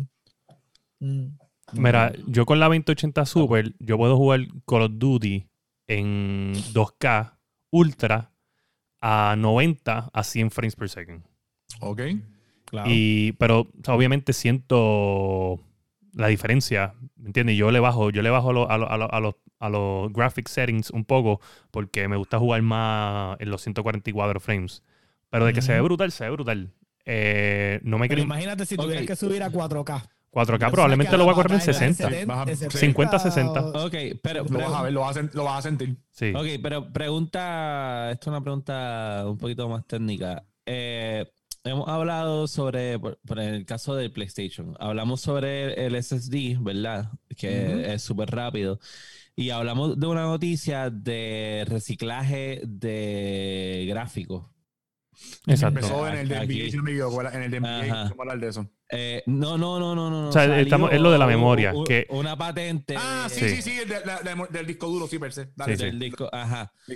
Mira, yo con la 2080 Super, yo puedo jugar Call of Duty en 2K Ultra a 90 a 100 frames per second. Ok. Claro. Pero o sea, obviamente siento la diferencia, ¿me entiendes? Yo le bajo a los graphic settings un poco porque me gusta jugar más en los 144 frames. Pero de que se ve brutal, se ve brutal. No me Pero imagínate si tuvieras que subir a 4K. 4K probablemente lo va a correr en 60. 50, 60. Ok, pero lo vas a ver, lo vas a sentir. Sí. Ok, pero esto es una pregunta un poquito más técnica. Hemos hablado sobre, por el caso del PlayStation, hablamos sobre el SSD, ¿verdad? Que es súper rápido. Y hablamos de una noticia de reciclaje de gráficos. Exacto. Empezó en el de NBA, si no me equivoco, en el de NBA, vamos a hablar de eso. No. O sea, es lo de la memoria. Que... Una patente. Sí, del disco duro, sí, per se. Dale, del disco, ajá. Sí.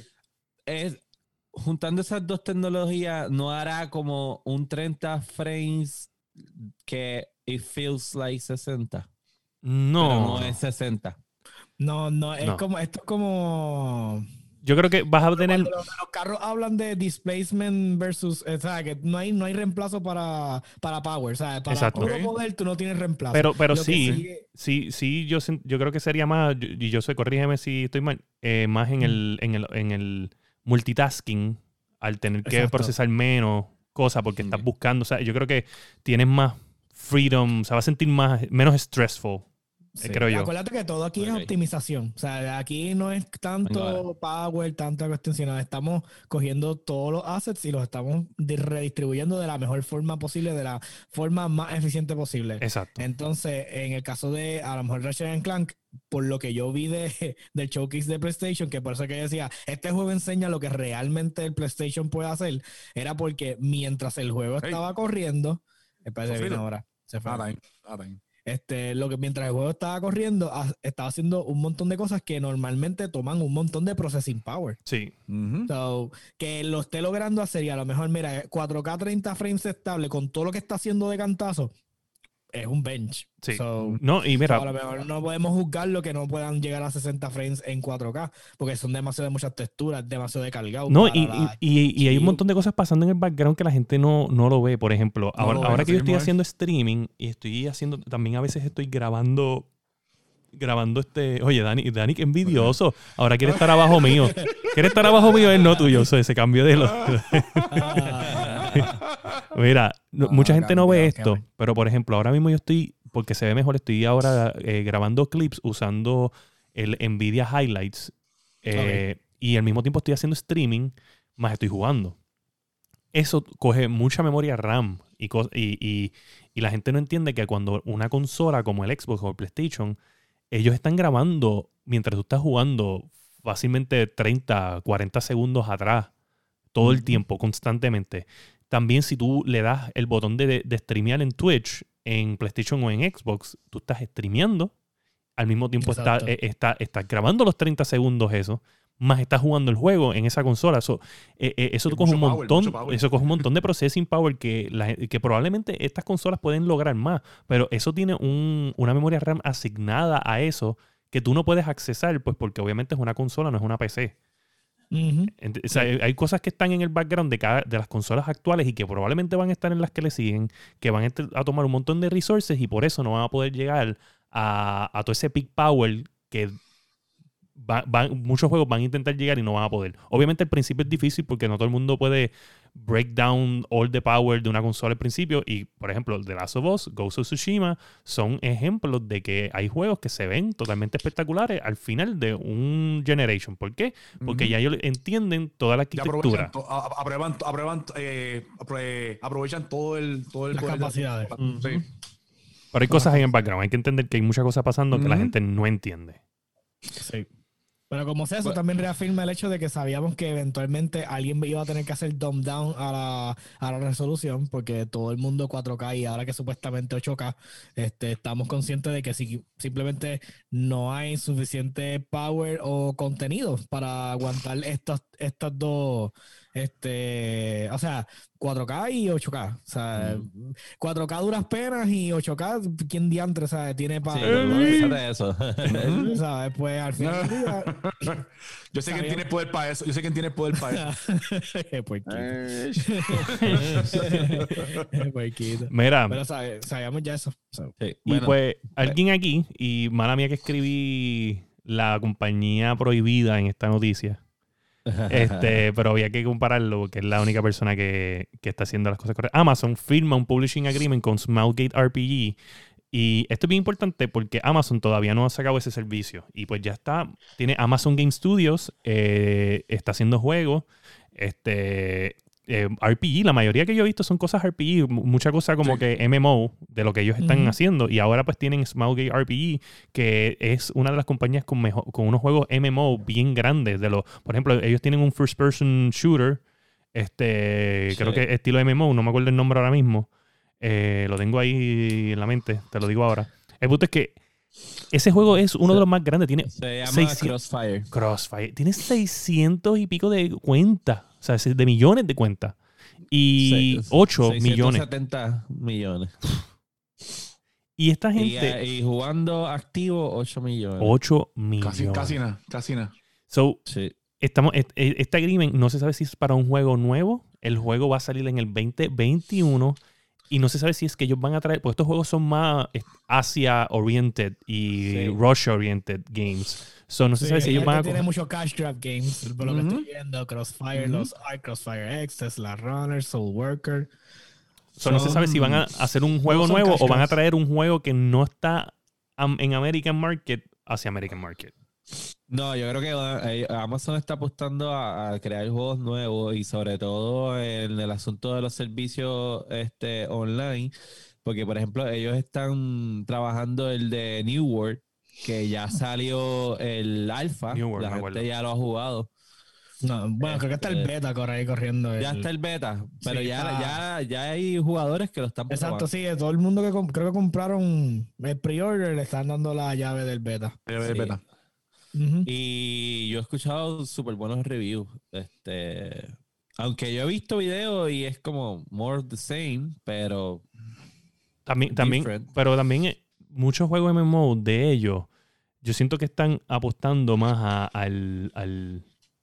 Juntando esas dos tecnologías, ¿no hará como un 30 frames que it feels like 60? No. Pero no es 60. No, esto es como... Yo creo que vas a tener... Los carros hablan de displacement versus... O sea, que no hay reemplazo para power. O sea, para puro poder tú no tienes reemplazo. Pero sí, yo creo que sería más... Y yo sé, corrígeme si estoy mal, más en el multitasking, al tener que procesar menos cosas porque estás buscando. O sea, yo creo que tienes más freedom, o sea, va a sentir menos stressful. Creo yo. Acuérdate que todo aquí es optimización. O sea, aquí no es tanto power, tanta cuestión, sino estamos cogiendo todos los assets y los estamos redistribuyendo de la mejor forma posible, de la forma más eficiente posible. Exacto. Entonces, en el caso de, a lo mejor Ratchet & Clank, por lo que yo vi del showcase de PlayStation, que por eso que yo decía, este juego enseña lo que realmente el PlayStation puede hacer, era porque mientras el juego estaba corriendo, ahora se fue. Mientras el juego estaba corriendo, estaba haciendo un montón de cosas que normalmente toman un montón de processing power. Sí. So, que lo esté logrando hacer y a lo mejor, mira, 4K 30 frames estable con todo lo que está haciendo de cantazo, es un bench. Sí. So, no, y mira, a lo mejor no podemos juzgar lo que no puedan llegar a 60 frames en 4K, porque son demasiado de muchas texturas, demasiado de cargado. No, y hay un montón de cosas pasando en el background que la gente no lo ve. Por ejemplo, ahora que yo estoy haciendo streaming y estoy haciendo, también a veces estoy grabando oye, Dani, qué envidioso. Ahora quiere estar abajo mío. Quiere estar abajo mío, es no tuyo. Se cambió de lo... Mira, mucha gente no ve esto, pero por ejemplo, ahora mismo yo estoy, porque se ve mejor, estoy ahora grabando clips usando el Nvidia Highlights y al mismo tiempo estoy haciendo streaming, más estoy jugando. Eso coge mucha memoria RAM y la gente no entiende que cuando una consola como el Xbox o el PlayStation, ellos están grabando mientras tú estás jugando fácilmente 30, 40 segundos atrás, todo el tiempo, constantemente. También si tú le das el botón de streamear en Twitch, en PlayStation o en Xbox, tú estás streameando, al mismo tiempo estás grabando los 30 segundos eso, más estás jugando el juego en esa consola. Eso coge un montón, eso coge un montón de processing power que probablemente estas consolas pueden lograr más, pero eso tiene una memoria RAM asignada a eso que tú no puedes accesar, pues porque obviamente es una consola, no es una PC. O sea, hay cosas que están en el background de las consolas actuales y que probablemente van a estar en las que le siguen, que van a tomar un montón de resources y por eso no van a poder llegar a todo ese peak power que muchos juegos van a intentar llegar y no van a poder. Obviamente al principio es difícil porque no todo el mundo puede break down all the power de una consola al principio y, por ejemplo, The Last of Us, Ghost of Tsushima son ejemplos de que hay juegos que se ven totalmente espectaculares al final de un generation. ¿Por qué? Porque ya ellos entienden toda la arquitectura. Aprovechan todo el las capacidades. Sí. Pero hay cosas en el background. Hay que entender que hay muchas cosas pasando que la gente no entiende. Sí. Pero como sea, eso también reafirma el hecho de que sabíamos que eventualmente alguien iba a tener que hacer dumb down a la resolución, porque todo el mundo 4K y ahora que supuestamente 8K, estamos conscientes de que si simplemente no hay suficiente power o contenido para aguantar estas dos, o sea, 4K y 8K. O sea, 4K duras penas y 8K, ¿quién diantre, sabe? Tiene para... Sí, de eso. ¿Sabes? Pues al final del día... Yo sé quién tiene poder para eso. Puerquito. Mira. Pero sabíamos ya eso. Sí. Y pues alguien aquí, y mala mía que escribí la compañía prohibida en esta noticia. Pero había que compararlo porque es la única persona que está haciendo las cosas correctas. Amazon firma un publishing agreement con Smilegate RPG y esto es bien importante porque Amazon todavía no ha sacado ese servicio y pues ya tiene Amazon Game Studios, está haciendo juegos, RPG, la mayoría que yo he visto son cosas RPG, mucha cosa como que MMO de lo que ellos están haciendo y ahora pues tienen Smilegate RPG que es una de las compañías con unos juegos MMO bien grandes por ejemplo, ellos tienen un first person shooter creo que estilo MMO, no me acuerdo el nombre ahora mismo, lo tengo ahí en la mente, te lo digo ahora. El punto es que ese juego es uno de los más grandes, tiene se llama Crossfire. Tiene 600 y pico de cuentas, o sea, de millones de cuentas. Y 8 millones. 670 millones. Y esta gente... Y jugando activo, 8 millones. 8 millones. Casi nada. So, este agreement no se sabe si es para un juego nuevo. El juego va a salir en el 2021. Y no se sabe si es que ellos van a traer... Pues estos juegos son más Asia-oriented y Russia-oriented games. So, no se sabe si ellos van a... Tiene mucho cash grab games. Por lo que estoy viendo. Crossfire, los Crossfire X, Tesla Runner, Soul Worker. No se sabe si van a hacer un juego nuevo o van a traer un juego que no está en American Market hacia American Market. No, yo creo que Amazon está apostando a crear juegos nuevos y sobre todo en el asunto de los servicios online, porque por ejemplo ellos están trabajando el de New World, que ya salió el alfa, la gente ya lo ha jugado. No, bueno, creo que está el beta corriendo. Ya está el beta, pero ya hay jugadores que lo están probando. Exacto, sí, todo el mundo que creo que compraron el pre-order le están dando la llave del beta. Del beta. Y yo he escuchado súper buenos reviews. Aunque yo he visto videos y es como more the same, pero también muchos juegos MMO de ellos, yo siento que están apostando más al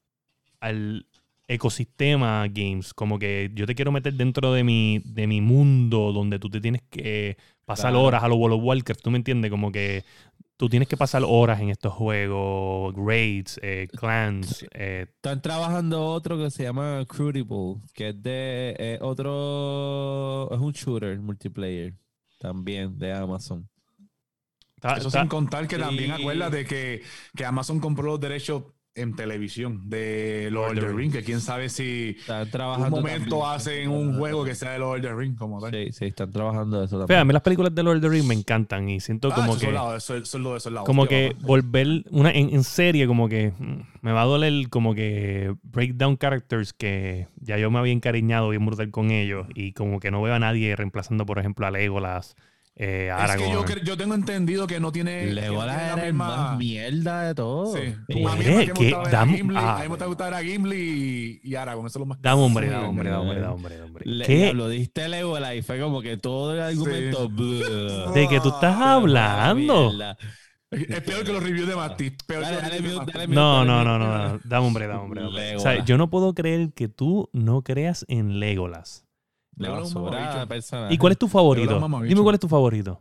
ecosistema games, como que yo te quiero meter dentro de mi mundo donde tú te tienes que pasar horas a los World of Warcraft, ¿tú me entiendes? Como que tú tienes que pasar horas en estos juegos, raids, clans. Están trabajando otro que se llama Crucible, que es de es un shooter multiplayer también de Amazon. Eso sin contar que también acuérdate que Amazon compró los derechos en televisión de Lord of the Rings, que quién sabe si en un momento hacen un juego que sea de Lord of the Rings como tal. Sí, están trabajando eso también. A mí las películas de Lord of the Rings me encantan y siento como que como que volver en serie como que me va a doler como que breakdown characters que ya yo me había encariñado bien brutal con ellos y como que no veo a nadie reemplazando por ejemplo a Legolas Aragorn. Es que yo tengo entendido que no tiene. Legolas que no tiene era el más mierda de todo. Sí. Eh, A mí el que que me gustaba era dam- Gimli. ah, A mí me gustaba era Gimli y Aragorn. Eso es lo más. Dame hombre, Sí, dame hombre, dame hombre, eh. dame hombre, dame hombre. Le ¿Qué? lo diste Legolas y fue como que todo el argumento. ¿De qué tú estás hablando? Mierda. Es peor que los reviews de Mati. Peor que los Dale reviews de mute, Mati. dale mute. No. Dame hombre, dame hombre. Legolas. O sea, yo no puedo creer que tú no creas en Legolas. Legolas es un Basura, mamabicho. Personaje. ¿Y cuál es tu favorito? Legolas mamabicho. Dime cuál es tu favorito.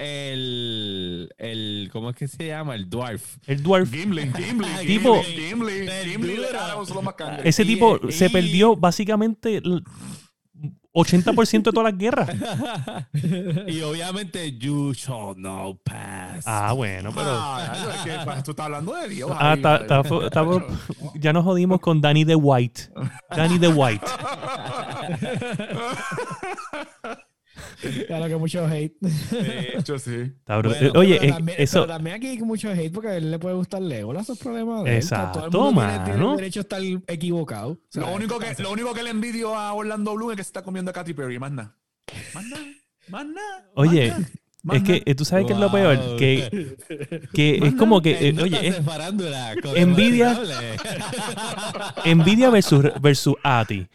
¿Cómo es que se llama? El Dwarf. El Dwarf. Gimli. Tipo- Gimli y Aragorn son los más cangres. Ese tipo se perdió básicamente 80% de todas las guerras. Y obviamente, you shall not pass. Ah, bueno, pero... Es que tú estás hablando de Dios. Ah, ahí, ya nos jodimos con Danny the White. Danny the White. Claro que mucho hate. De hecho, sí. Está brutal. Bueno, Oye, pero también, eso... pero también aquí hay mucho hate porque a él le puede gustar Legolas, esos problemas de él. Exacto, Todo el mundo tiene mano. el derecho a estar equivocado. O sea, Lo único que le envidio a Orlando Bloom es que se está comiendo a Katy Perry. Más nada. Oye, es que tú sabes que es lo peor. Wow. Que es como que... oye, es envidia- Nvidia versus ATI.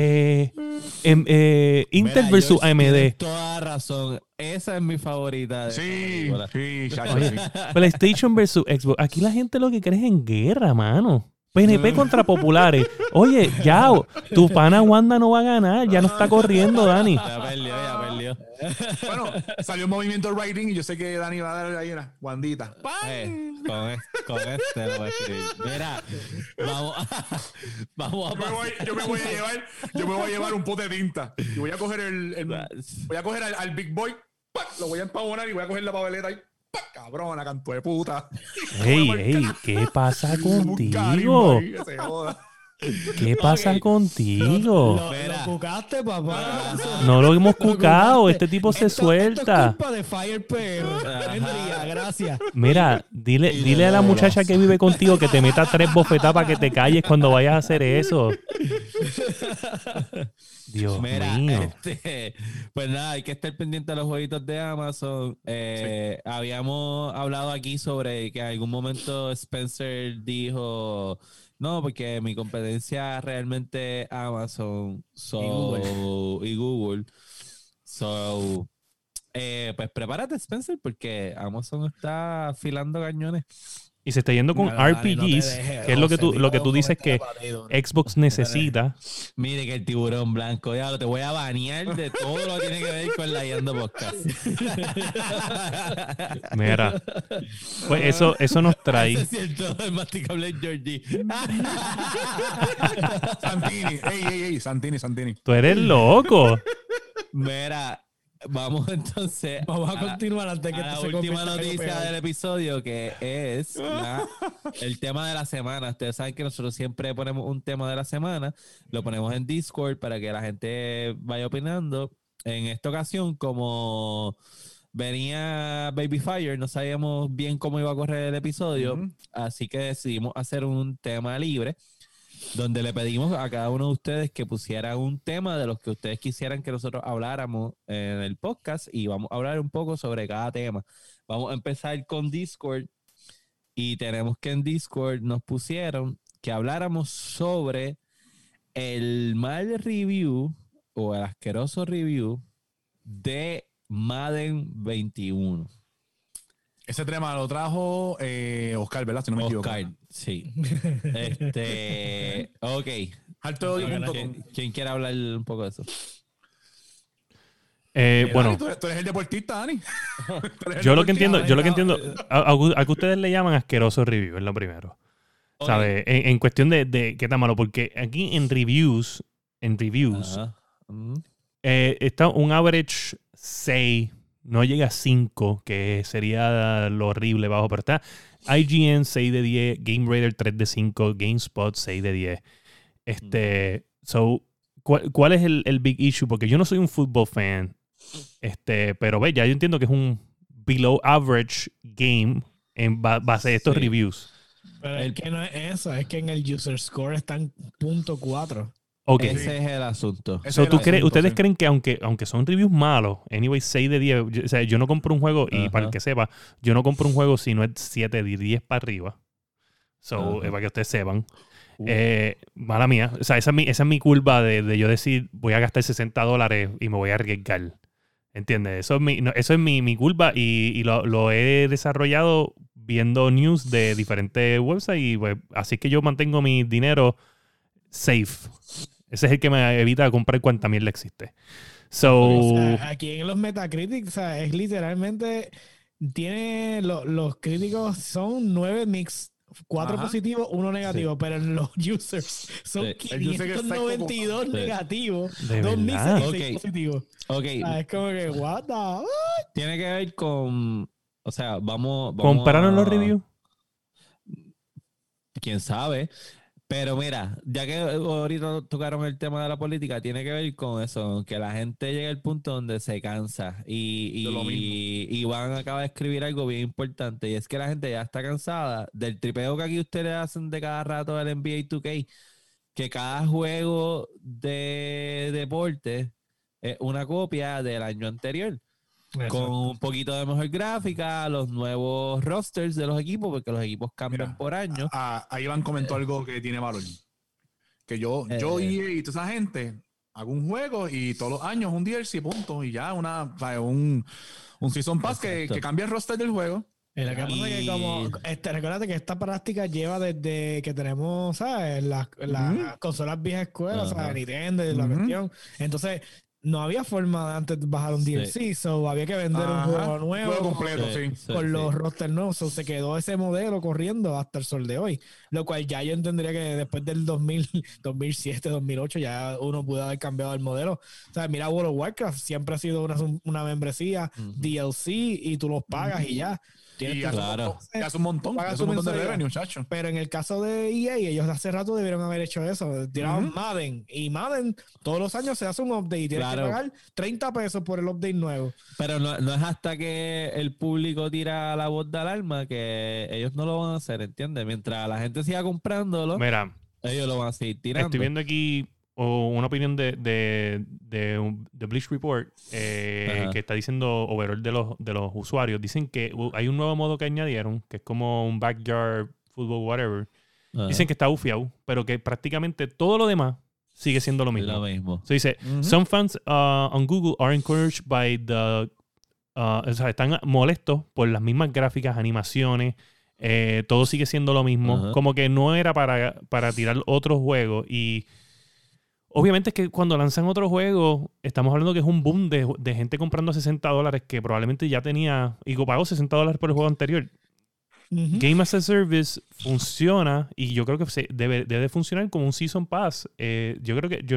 Intel versus AMD. Toda razón. Esa es mi favorita. De esa Sí, película. sí, chacho, Oye, sí. PlayStation versus Xbox. Aquí la gente lo que cree es en guerra, mano. PNP contra populares. Oye, ya, tu pana Wanda no va a ganar. Ya no está corriendo, Dani. Ya perdió. Bueno, salió un movimiento writing y yo sé que Dani va a dar ahí una Wandita. Con este lo voy a escribir. Mira, vamos a pasar. Yo me voy a llevar un pote de tinta y voy a coger voy a coger al Big Boy, ¡pac! Lo voy a empabonar y voy a coger la papeleta y ¡pac! Cabrona, canto de puta. Ey, ¿qué pasa Como un carisma contigo? ahí, que se joda. ¿Qué pasa contigo? Lo cucaste, papá. No lo hemos cucado. Este tipo se Esto suelta. es culpa de Fire PR. Buen día, gracias. Mira, dile a la muchacha que vive contigo que te meta 3 bofetadas para que te calles cuando vayas a hacer eso. Dios Mira, mío. pues nada, hay que estar pendiente de los jueguitos de Amazon. Habíamos hablado aquí sobre que en algún momento Spencer dijo, no, porque mi competencia realmente Amazon y Google. Pues prepárate, Spencer, porque Amazon está afilando cañones. Y se está yendo con Dani, RPGs, no te dejes, que es lo que José, tú dices que Xbox necesita. Mire que el tiburón blanco, ya te voy a banear de todo lo que tiene que ver con la Yendo Podcast. Mira, pues eso nos trae. Eso es cierto, el masticable Georgie. Santini, ey, Santini. Tú eres loco. Mira, vamos entonces Vamos a continuar antes que a la esto se última convierta en algo noticia peor. del episodio, que es el tema de la semana. Ustedes saben que nosotros siempre ponemos un tema de la semana, lo ponemos en Discord para que la gente vaya opinando. En esta ocasión, como venía Baby Fire, no sabíamos bien cómo iba a correr el episodio, así que decidimos hacer un tema libre, donde le pedimos a cada uno de ustedes que pusiera un tema de los que ustedes quisieran que nosotros habláramos en el podcast, y vamos a hablar un poco sobre cada tema. Vamos a empezar con Discord, y tenemos que en Discord nos pusieron que habláramos sobre el mal review o el asqueroso review de Madden 21. Ese tema lo trajo Oscar, ¿verdad? Si no me equivoco. Oscar, sí. Ok. Altodio.com. ¿Quién quiere hablar un poco de eso? Bueno, Tú eres el deportista, Dani. yo lo que entiendo, a que ustedes le llaman asqueroso review, es lo primero. Ok. ¿Sabes? En cuestión de qué tan malo, porque aquí en reviews, Ajá. está un average 6, no llega a 5, que sería lo horrible bajo, pero está IGN 6 de 10, Game Radar 3 de 5, GameSpot 6 de 10. ¿Cuál es el big issue? Porque yo no soy un football fan, pero ya yo entiendo que es un below average game en base a estos reviews. Pero es que no es eso, es que en el user score está en .4. Ok. Ese es el asunto. Ese So, es el asunto, ¿Ustedes sí. creen que aunque son reviews malos, anyway, 6 de 10, o sea, yo no compro un juego, y para el Ajá. que sepa, yo no compro un juego si no es 7 de 10 para arriba. So, Ajá. para que ustedes sepan. Mala mía. O sea, esa es mi curva de yo decir, voy a gastar $60 y me voy a arriesgar. ¿Entiendes? Eso es mi curva y lo he desarrollado viendo news de diferentes websites y pues, así que yo mantengo mi dinero safe. Ese es el que me evita comprar cuanta mierda existe. O sea, aquí en los Metacritic, o sea, es literalmente, tiene los críticos son 9 mix, 4 Ajá. positivos, 1 negativo, pero en los users son Sí. El user que está 592 Sí. negativos, ¿De 2 mixes verdad? y 6 Ok. positivos. Ok, Es como que, what the... tiene que ver con... O sea, vamos ¿Compararon los a- reviews? Quién sabe. Pero mira, ya que ahorita tocaron el tema de la política, tiene que ver con eso, que la gente llega al punto donde se cansa De lo mismo. y Iván acaba de escribir algo bien importante y es que la gente ya está cansada del tripeo que aquí ustedes hacen de cada rato del NBA 2K, que cada juego de deporte es una copia del año anterior. Con un poquito de mejor gráfica, los nuevos rosters de los equipos, porque los equipos cambian Mira, por año. Ahí Iván comentó algo que tiene valor. Que yo EA y toda esa gente hago un juego y todos los años un DLC, punto. Y ya o sea, un Season Pass que cambia el roster del juego. Lo que pasa es que como, recuérdate que esta práctica lleva desde que tenemos, ¿sabes? Las consolas viejas escuelas, ¿sabes? Nintendo y la cuestión. Entonces, no había forma de antes de bajar un DLC, so había que vender un juego nuevo. Juego completo, sí. Con los rosters nuevos, so se quedó ese modelo corriendo hasta el sol de hoy. Lo cual ya yo entendería que después del 2007, 2008, ya uno pudo haber cambiado el modelo. O sea, mira, World of Warcraft siempre ha sido una membresía DLC y tú los pagas y ya. Y Claro. hace un montón de revenue, muchacho. Pero en el caso de EA, ellos hace rato debieron haber hecho eso. Tiraban Madden. Y Madden, todos los años se hace un update y tienes que pagar $30 por el update nuevo. Pero no es hasta que el público tira la voz de alarma que ellos no lo van a hacer, ¿entiendes? Mientras la gente siga comprándolo, Mira, ellos lo van a seguir tirando. estoy viendo aquí una opinión de Bleach Report que está diciendo overall de los usuarios. Dicen que hay un nuevo modo que añadieron, que es como un backyard football, whatever. Dicen que está bufiado, pero que prácticamente todo lo demás sigue siendo lo mismo. Lo mismo. So dice, some fans on Google are encouraged by the... o sea, están molestos por las mismas gráficas, animaciones, todo sigue siendo lo mismo. Como que no era para tirar otro juego. Y obviamente es que cuando lanzan otro juego, estamos hablando que es un boom de gente comprando a $60 que probablemente ya tenía y pagó $60 por el juego anterior. Game as a Service funciona y yo creo que debe funcionar como un Season Pass. Yo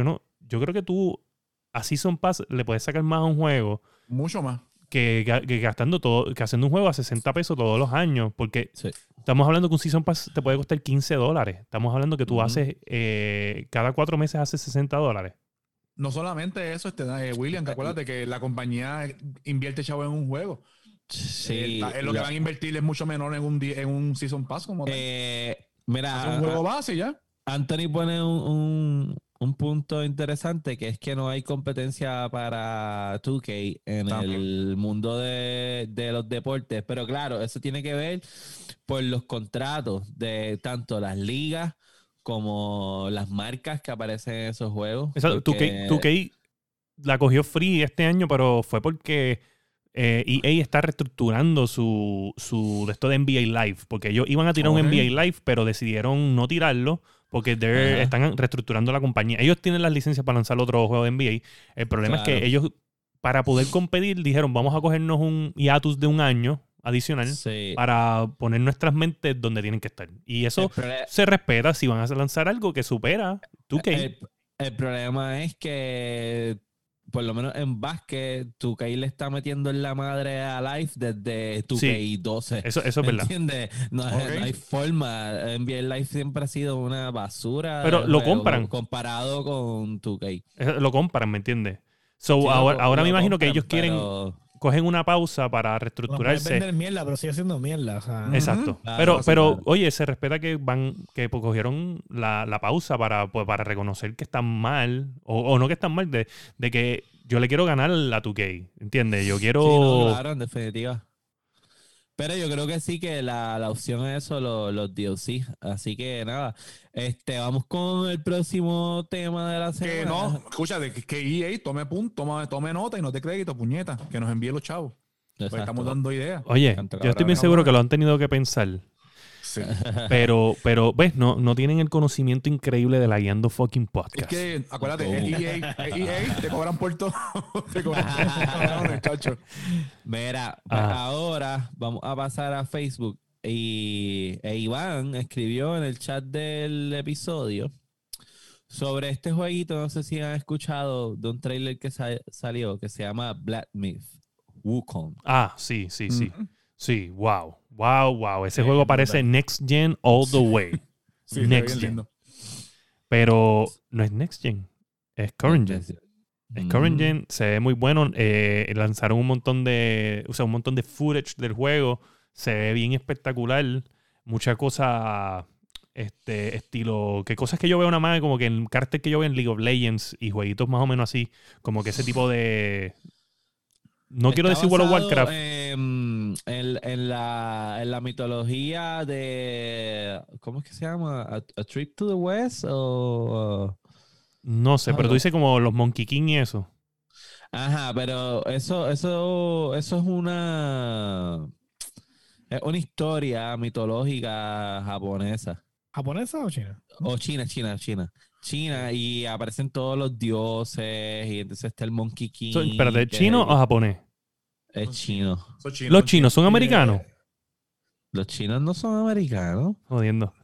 creo que tú a Season Pass le puedes sacar más a un juego. Mucho más. Que gastando todo, que haciendo un juego a $60 todos los años. Porque estamos hablando que un Season Pass te puede costar $15. Estamos hablando que tú haces, cada 4 meses haces $60. No solamente eso, William, que acuérdate que la compañía invierte chavo en un juego. Sí. Lo que van a invertir es mucho menor en un Season Pass como tal. Mira, un juego base ya. Anthony pone un punto interesante, que es que no hay competencia para 2K en el mundo de los deportes. Pero claro, eso tiene que ver por los contratos de tanto las ligas como las marcas que aparecen en esos juegos. Exacto. 2K la cogió free este año, pero fue porque EA está reestructurando su de esto de NBA Live, porque ellos iban a tirar un NBA Live, pero decidieron no tirarlo porque están reestructurando la compañía. Ellos tienen las licencias para lanzar otro juego de NBA. El problema es que ellos, para poder competir, dijeron, vamos a cogernos un hiatus de un año adicional para poner nuestras mentes donde tienen que estar. Y eso se respeta si van a lanzar algo que supera 2K. El problema es que por lo menos en básquet, 2K le está metiendo en la madre a Live desde 2K12. Eso es verdad. ¿Entiendes? No hay forma. NBA Live siempre ha sido una basura. Pero lo compran. Comparado con 2K. Lo compran, ¿me entiendes? So, ahora me imagino que ellos quieren cogen una pausa para No puedes reestructurarse. vender mierda, pero sigue siendo mierda. O sea, Exacto. Claro, pero claro. oye, se respeta que pues, cogieron la pausa para reconocer que están mal, o no que están mal, de que yo le quiero ganar a 2K, ¿entiendes? Yo quiero... Sí, no, claro, en definitiva. Pero yo creo que sí que la opción es eso, los DLC. Así que nada, vamos con el próximo tema de la semana. Que no, escúchate, que EA tome nota y no te crédito, puñeta, que nos envíe los chavos. Pues Exacto. estamos dando ideas. Oye, Canto yo estoy cabrón. bien seguro que lo han tenido que pensar. Sí. Pero ves, no tienen el conocimiento increíble de la guiando fucking Es podcast. que, acuérdate, es EA, te cobran por todo. Te cobran por todo, chacho. Mira, pues ahora vamos a pasar a Facebook. E Iván escribió en el chat del episodio sobre este jueguito. No sé si han escuchado de un trailer que salió que se llama Black Myth Wukong. Sí. Sí, wow. Ese juego parece Next Gen all the way. Sí, Next bien Gen. lindo. Pero no es Next Gen, es Current Gen. Es Current Gen, se ve muy bueno. Lanzaron un montón de footage del juego. Se ve bien espectacular. Mucha cosa estilo, que cosas que yo veo nada más como que en cartel que yo veo en League of Legends y jueguitos más o menos así, como que ese tipo de... No quiero decir World of Warcraft. En la mitología de... ¿Cómo es que se llama? ¿A Trip to the West? O... No sé, pero tú dices como los Monkey King y eso. Ajá, pero eso es una historia mitológica japonesa. ¿Japonesa o china? O China, y aparecen todos los dioses y entonces está el Monkey King. Espérate, que ¿chino o japonés? es chino. Los chinos son americanos. Los chinos no son americanos. Jodiendo.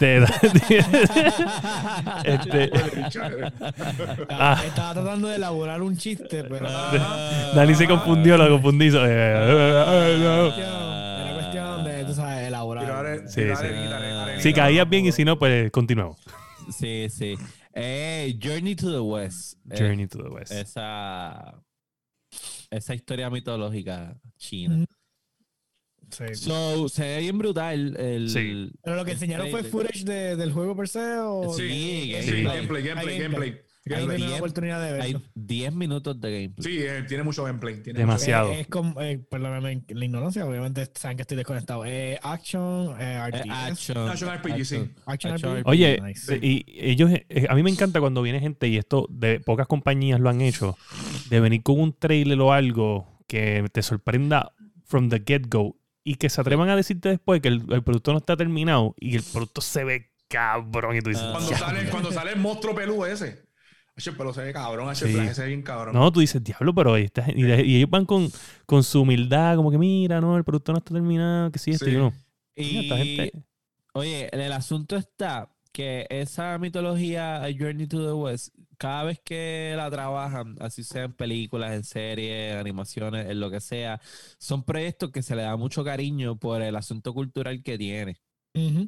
Estaba tratando de elaborar un chiste, pero Dani se confundió, lo confundí. era cuestión de, tú sabes, elaborar. Sí. Quitaré. Si caías bien y si no, pues continuamos. Sí. Journey to the West. Journey to the West. Esa historia mitológica china. Sí. So, se ve bien brutal. Sí. Pero lo que enseñaron fue footage del juego per se o Sí, Gameplay. Ahí tiene la oportunidad de Hay verlo. 10 minutos de gameplay. Sí, tiene mucho gameplay. Demasiado. Es como, perdóname la ignorancia, obviamente saben que estoy desconectado. Action, RTS. Action RPG, sí. Action RPG. Oye, Nice. y ellos, a mí me encanta cuando viene gente, y esto de pocas compañías lo han hecho, de venir con un trailer o algo que te sorprenda from the get-go y que se atrevan a decirte después que el producto no está terminado y el producto se ve cabrón y tú dices, Cuando sale el monstruo peludo ese. El pelo se ve cabrón, el Sí. plaje se ve bien cabrón. no, tú dices, diablo, pero y ellos van con su humildad, como que mira, no, el producto no está terminado, que sí, esto y uno. Y, Esta gente... oye, el asunto está que esa mitología Journey to the West, cada vez que la trabajan, así sea en películas, en series, en animaciones, en lo que sea, son proyectos que se le da mucho cariño por el asunto cultural que tiene. Ujú.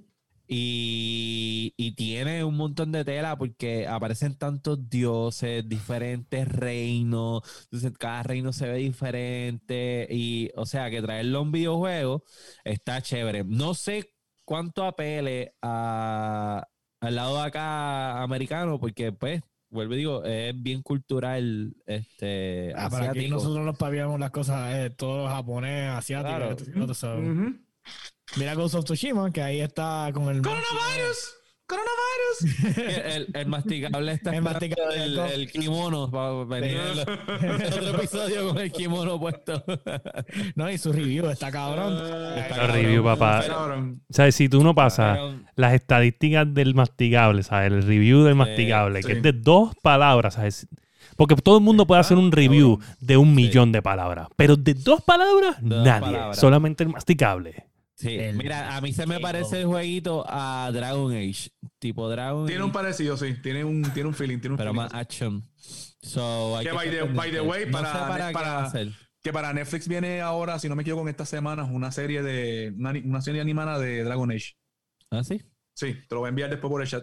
Y tiene un montón de tela porque aparecen tantos dioses, diferentes reinos, entonces cada reino se ve diferente y o sea que traerlo a un videojuego está chévere. No sé cuánto apele al lado de acá americano porque pues, vuelvo y digo, es bien cultural Para aquí asiático. nosotros nos paviamos las cosas, todo japonés, asiático. Claro. No te sabes. Ujú. Mira Ghost of Tsushima, que ahí está con el... ¡Coronavirus! El masticable está El masticable, el kimono para venir en otro episodio con el kimono puesto. No, y su review está cabrón. La review, papá. Cabrón. ¿Sabes? Si tú no pasas Pero- las estadísticas del masticable, ¿sabes? El review del masticable, que sí. es de 2 palabras, ¿sabes? Porque todo el mundo puede hacer un review de 1 millón de palabras, pero de 2 palabras, Dos nadie. palabras. Solamente el masticable. Sí, mira, a mí se me parece el jueguito a Dragon Age, tipo Dragon Tiene un Age, parecido, sí. Tiene un feeling. Tiene un pero feeling. más action. So, hay Que que by the sorprenderse. way, No sé para qué va a ser. que para Netflix viene ahora, si no me equivoco, en estas semanas, una serie animada de Dragon Age. ¿Ah, sí? Sí, te lo voy a enviar después por el chat.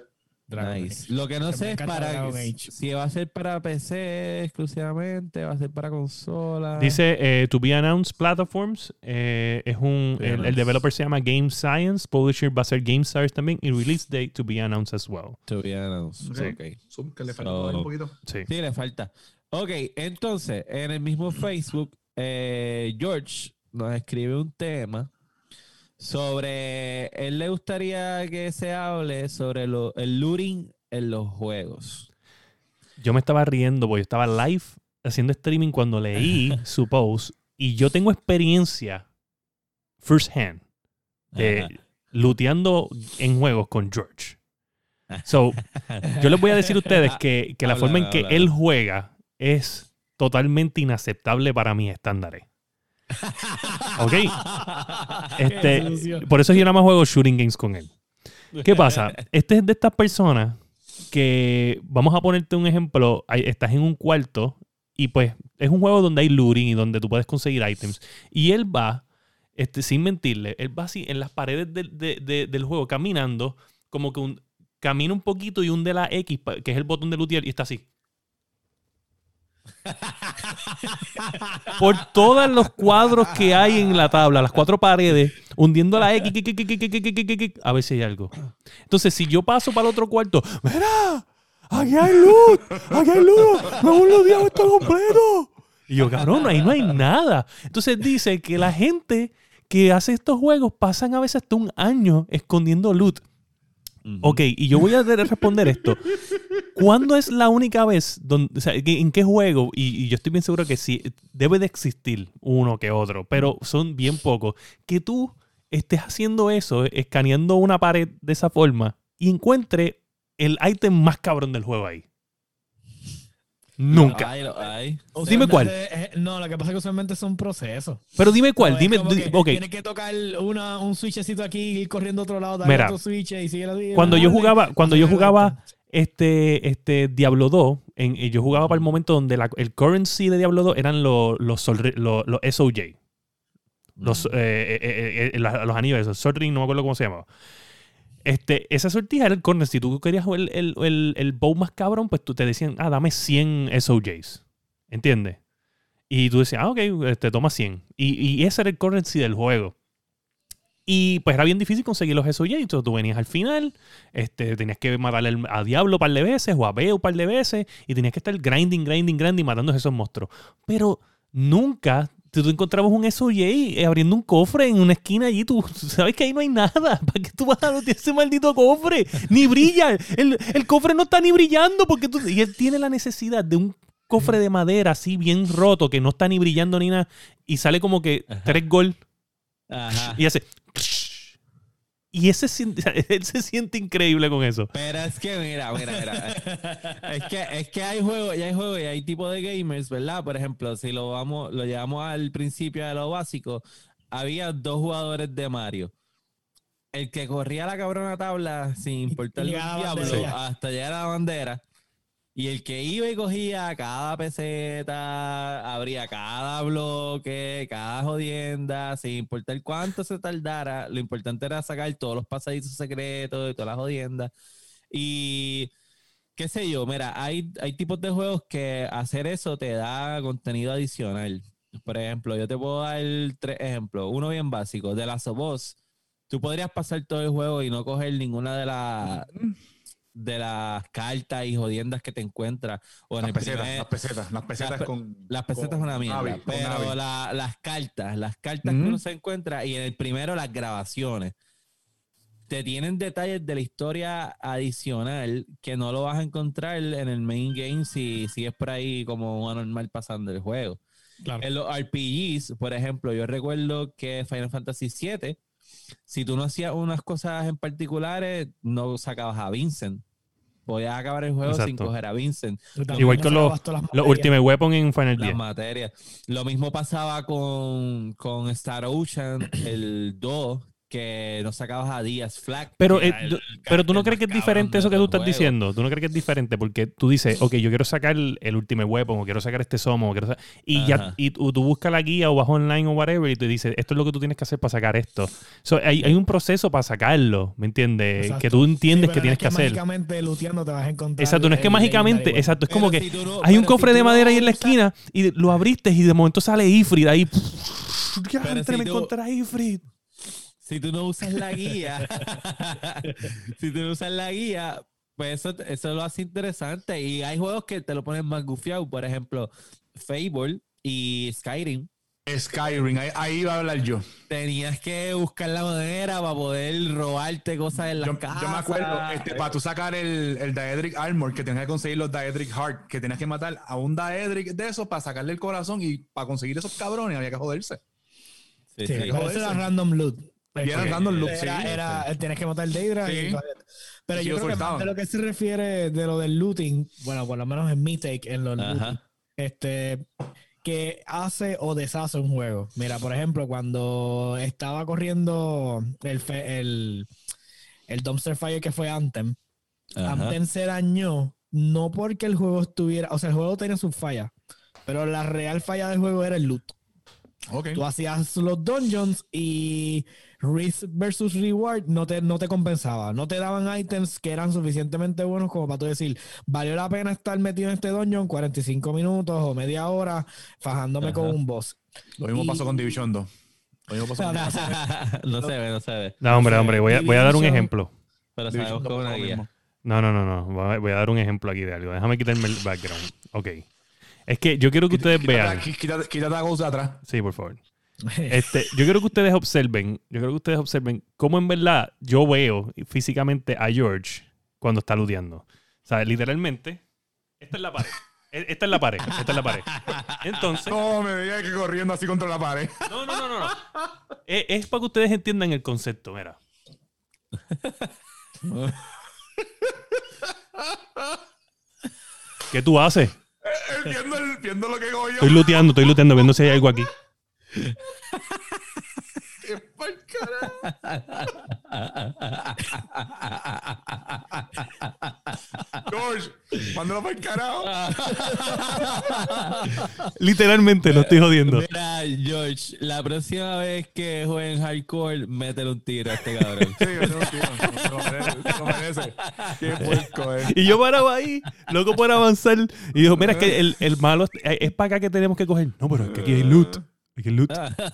Dragon Nice. Age. Lo que no Que me sé es encanta para Dragon Age. si va a ser para PC exclusivamente, va a ser para consola. Dice to be announced platforms. Es un To be el announced. developer se llama Game Science, publisher va a ser Game Stars también y release date to be announced as well. To be announced. Ok. Okay. Que le falta todavía un poquito. Sí. Sí, le falta. Ok, entonces, en el mismo Facebook, George nos escribe un tema sobre, él le gustaría que se hable sobre el looting en los juegos. Yo me estaba riendo porque yo estaba live haciendo streaming cuando leí su post y yo tengo experiencia first hand Ajá. looteando en juegos con George. So, yo les voy a decir a ustedes que la Habla, forma en que habla. él juega es totalmente inaceptable para mis estándares. ¿Ok? Qué sucio. Por eso yo nada más juego shooting games con él. ¿Qué pasa? Este es de estas personas que, vamos a ponerte un ejemplo, estás en un cuarto y pues es un juego donde hay looting y donde tú puedes conseguir items. Y él va, sin mentirle, él va así en las paredes del juego caminando, como que camina un poquito y hunde la X, que es el botón de lootear, y está así. Por todos los cuadros que hay en la tabla, las 4 paredes, hundiendo la X, a ver si hay algo. Entonces, si yo paso para el otro cuarto, ¡mira! ¡Aquí hay loot! ¡Aquí hay loot! ¡Me hemos looteado esto completo! Y yo, cabrón, ahí no hay nada. Entonces dice que la gente que hace estos juegos pasan a veces hasta un año escondiendo loot. Ok, y yo voy a responder esto. ¿Cuándo es la única vez, o sea, en qué juego? Y yo estoy bien seguro que sí, debe de existir uno que otro, pero son bien pocos. Que tú estés haciendo eso, escaneando una pared de esa forma y encuentre el ítem más cabrón del juego ahí. Nunca. Ay. Dime cuál. No, lo que pasa es que usualmente son procesos. Pero dime cuál. No, Dime, es como que ok. Tienes que tocar un switchecito aquí y ir corriendo a otro lado, darle Mira, otro switch y sigue la vida. Cuando yo jugaba Diablo 2, yo jugaba para el momento donde el currency de Diablo 2 eran los SOJ. Los anillos esos. Sword Ring, no me acuerdo cómo se llamaba. Esa sortija era el currency. Si tú querías el bow más cabrón, pues tú te decían, dame 100 SOJs. ¿Entiendes? Y tú decías, ok, toma 100. Y ese era el currency del juego. Y pues era bien difícil conseguir los SOJ. Entonces tú venías al final, tenías que matarle a Diablo un par de veces o a Beo un par de veces y tenías que estar grinding matando a esos monstruos. Pero nunca tú encontrabas un SOJ abriendo un cofre en una esquina allí. Tú sabes que ahí no hay nada. ¿Para qué tú vas a lootear ese maldito cofre? Ni brilla. El cofre no está ni brillando porque y él tiene la necesidad de un cofre de madera así bien roto que no está ni brillando ni nada y sale como que 3 gold. Ajá. Y hace... Y él se siente increíble con eso. Pero es que, mira. es que hay juegos y hay tipos de gamers, ¿verdad? Por ejemplo, si lo llevamos al principio de lo básico, había 2 jugadores de Mario. El que corría la cabrona tabla sin importar el diablo hasta llegar a la bandera. Y el que iba y cogía cada peseta, abría cada bloque, cada jodienda, sin importar cuánto se tardara, lo importante era sacar todos los pasadizos secretos y todas las jodiendas. Y qué sé yo, mira, hay tipos de juegos que hacer eso te da contenido adicional. Por ejemplo, yo te puedo dar 3 ejemplos. Uno bien básico, de Last of Us. Tú podrías pasar todo el juego y no coger ninguna de las cartas y jodiendas que te encuentras. O Las pesetas es una mierda. Pero las cartas que uno se encuentra y en el primero las grabaciones te tienen detalles de la historia adicional que no lo vas a encontrar en el main game si es por ahí como anormal pasando el juego. Claro. En los RPGs, por ejemplo, yo recuerdo que Final Fantasy VII, si tú no hacías unas cosas en particulares, no sacabas a Vincent. Podías acabar el juego sin coger a Vincent. Igual que los Ultimate Weapon en Final 10. Las materias. Lo mismo pasaba con Star Ocean, el 2, que no sacabas a Díaz Flag. Pero, que era el pero tú no carácter crees que es más diferente cabrón eso que de tú todo estás el juego. diciendo. Tú no crees que es diferente porque tú dices, ok, yo quiero sacar el Ultimate Weapon o quiero sacar este Summon, y ya Ajá. y tú buscas la guía o vas online o whatever y te dices, esto es lo que tú tienes que hacer para sacar esto. So, hay un proceso para sacarlo, ¿me entiendes? Exacto. Que tú entiendes Sí, que pero no tienes que hacer. Mágicamente luteando te vas a encontrar. Exacto, no es que el mágicamente, Legendary exacto, es Pero como que si tú no- hay un pero si cofre tú de no madera ahí en la usas- esquina y lo abriste y de momento sale Ifrit ahí. Pero Entre si me tú- encontré a Ifrit. Si tú no usas la guía, si tú no usas la guía, pues eso lo hace interesante. Y hay juegos que te lo ponen más gufiado. Por ejemplo, Fable y Skyrim. Skyrim, ahí iba a hablar yo. Tenías que buscar la manera para poder robarte cosas en las casas. Yo me acuerdo, para tú sacar el Daedric Armor, que tenías que conseguir los Daedric Heart, que tenías que matar a un Daedric de esos para sacarle el corazón y para conseguir esos cabrones había que joderse. Sí, Sí, sí. pero eso era random loot. Y eran random loot, sí. Tienes que matar Deidra. Sí. Pero Sí, yo lo creo que más soltaban. de lo que se refiere de lo del looting, bueno, por lo menos en mi take, en los looting, Ajá. que hace o deshace un juego. Mira, por ejemplo, cuando estaba corriendo el Dumpster Fire que fue Anthem, Ajá. Anthem se dañó no porque el juego estuviera, o sea, el juego tenía sus fallas, pero la real falla del juego era el loot. Ok. Tú hacías los dungeons y risk versus reward no te compensaba. No te daban items que eran suficientemente buenos como para tú decir, valió la pena estar metido en este dungeon 45 minutos o media hora fajándome con un boss. Lo mismo Y- pasó con Division 2. Lo mismo pasó con No se ve, no se ve. No, hombre, voy a dar un Division- ejemplo. Pero Division sabemos 2 con pasó una lo guía. mismo. No. Voy a dar un ejemplo aquí de algo. Déjame quitarme el background. Ok. Es que yo quiero que ustedes vean. Quítate la cosa de atrás. Sí, por favor. Yo quiero que ustedes observen cómo en verdad yo veo físicamente a George cuando está looteando. O sea, literalmente, esta es la pared. Esta es la pared. Entonces, No, me veía que corriendo así contra la pared. no. Es para que ustedes entiendan el concepto, mira. ¿Qué tú haces? Viendo lo que cogió. Estoy looteando, viendo si hay algo aquí. ¡Qué pa'l carajo! George, mándalo para el carajo. Literalmente, lo estoy jodiendo. Mira, George, la próxima vez que jueguen hardcore, métele un tiro a este cabrón. Sí, me tengo que ir. Se lo merece. Qué puerco, Y yo paraba ahí, loco por avanzar. Y dijo, mira, es que el malo es para acá que tenemos que coger. No, pero es que aquí hay loot. Aquí hay loot.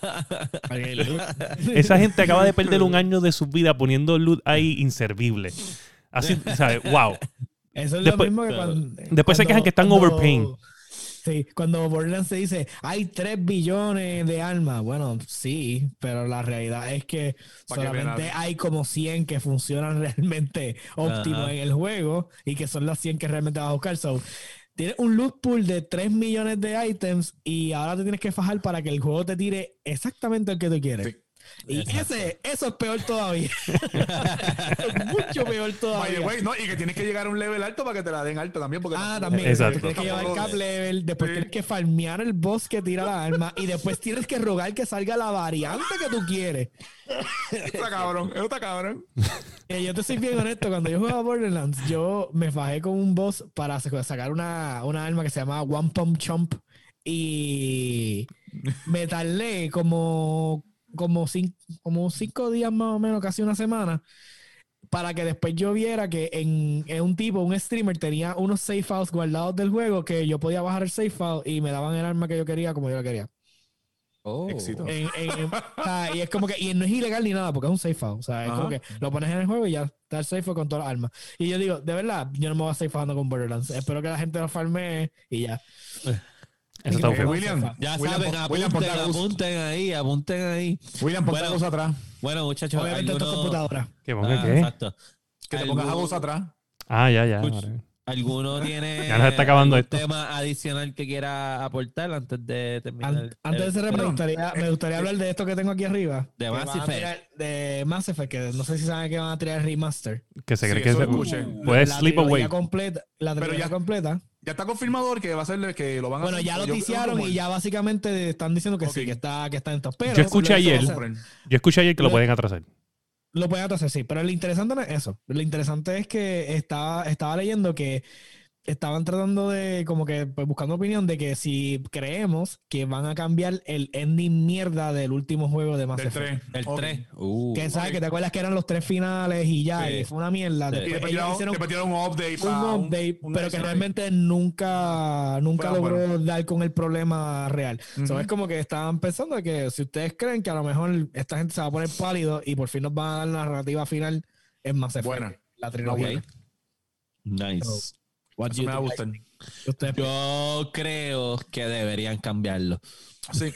Esa gente acaba de perder un año de su vida poniendo loot ahí inservible. Así, ¿sabes? Wow. Eso es Después- lo mismo que cuando... después se quejan que están overpaying. Sí, cuando Borderlands se dice, hay 3 billones de armas. Bueno, sí, pero la realidad es que Pa' que solamente vean. hay como 100 que funcionan realmente óptimo Ajá. en el juego y que son las 100 que realmente vas a buscar. So, tienes un loot pool de 3 millones de items y ahora te tienes que fajar para que el juego te tire exactamente el que tú quieres. Sí. Y eso es peor todavía. Es mucho peor By todavía. the way, no, y que tienes que llegar a un level alto para que te la den alto también. Porque También. Exacto. Tienes que llevar cap level, después Sí. tienes que farmear el boss que tira la arma y después tienes que rogar que salga la variante que tú quieres. Está cabrón, eso está cabrón. Yo te soy bien honesto, cuando yo jugaba Borderlands, yo me fajé con un boss para sacar una arma que se llama One Pump Chomp y me tardé como 5 días más o menos, casi una semana, para que después yo viera que en un streamer tenía unos save files guardados del juego que yo podía bajar el save file y me daban el arma que yo quería como yo la quería. Éxito. O sea, y es como que, y no es ilegal ni nada porque es un save file. O sea, es Ajá. como que lo pones en el juego y ya está el save file con todas las armas. Y yo digo, de verdad, yo no me voy a save fileando con Borderlands. Espero que la gente lo farmee y ya. Eso está feo. William, Ya William, saben, William, ponte apunten ahí. William, ponte Bueno. la cosa atrás. Bueno, muchachos, Obviamente esto es computadora. ¿Qué ponga qué? Exacto. Que te pongas a cosa atrás. Ah, ya. Escucha. ¿Alguno tiene Ya nos está acabando algún esto. tema adicional que quiera aportar antes de terminar? Antes de cerrar, Bueno, me gustaría hablar de esto que tengo aquí arriba. De Que Mass van a Effect. tirar- De Mass Effect, que no sé si saben que van a tirar el remaster. Que se Sí, cree que eso se lo escuché. puede La sleep away. trilogía completa. La Pero trilogía ya- completa. Ya está confirmado que va a ser que lo van a Bueno, hacer. ya lo Yo- ticiaron y ya básicamente están diciendo que Ok. sí, que está en top. Pero Yo escuché lo que ayer- vamos a hacer- Yo escuché ayer que lo pueden atrasar. Lo pueden hacer, sí. Pero lo interesante no es eso. Lo interesante es que estaba leyendo que estaban tratando de, como que, pues buscando opinión de que si creemos que van a cambiar el ending mierda del último juego de Mass Del Effect. 3. El 3. Que sabes que te acuerdas que eran los 3 finales y ya, Sí. y fue una mierda. Sí. Y Después después ellos hicieron tiraron un update. un update, pero que realmente nunca Bueno, logró dar con el problema real. So, Ujú. es como que estaban pensando que si ustedes creen que a lo mejor esta gente se va a poner pálido y por fin nos van a dar la narrativa final en Mass Effect, Buena. la trilogía. Ok. Nice. What Eso do me va a you gustar. think? Ustedes- Yo creo que deberían cambiarlo. Sí.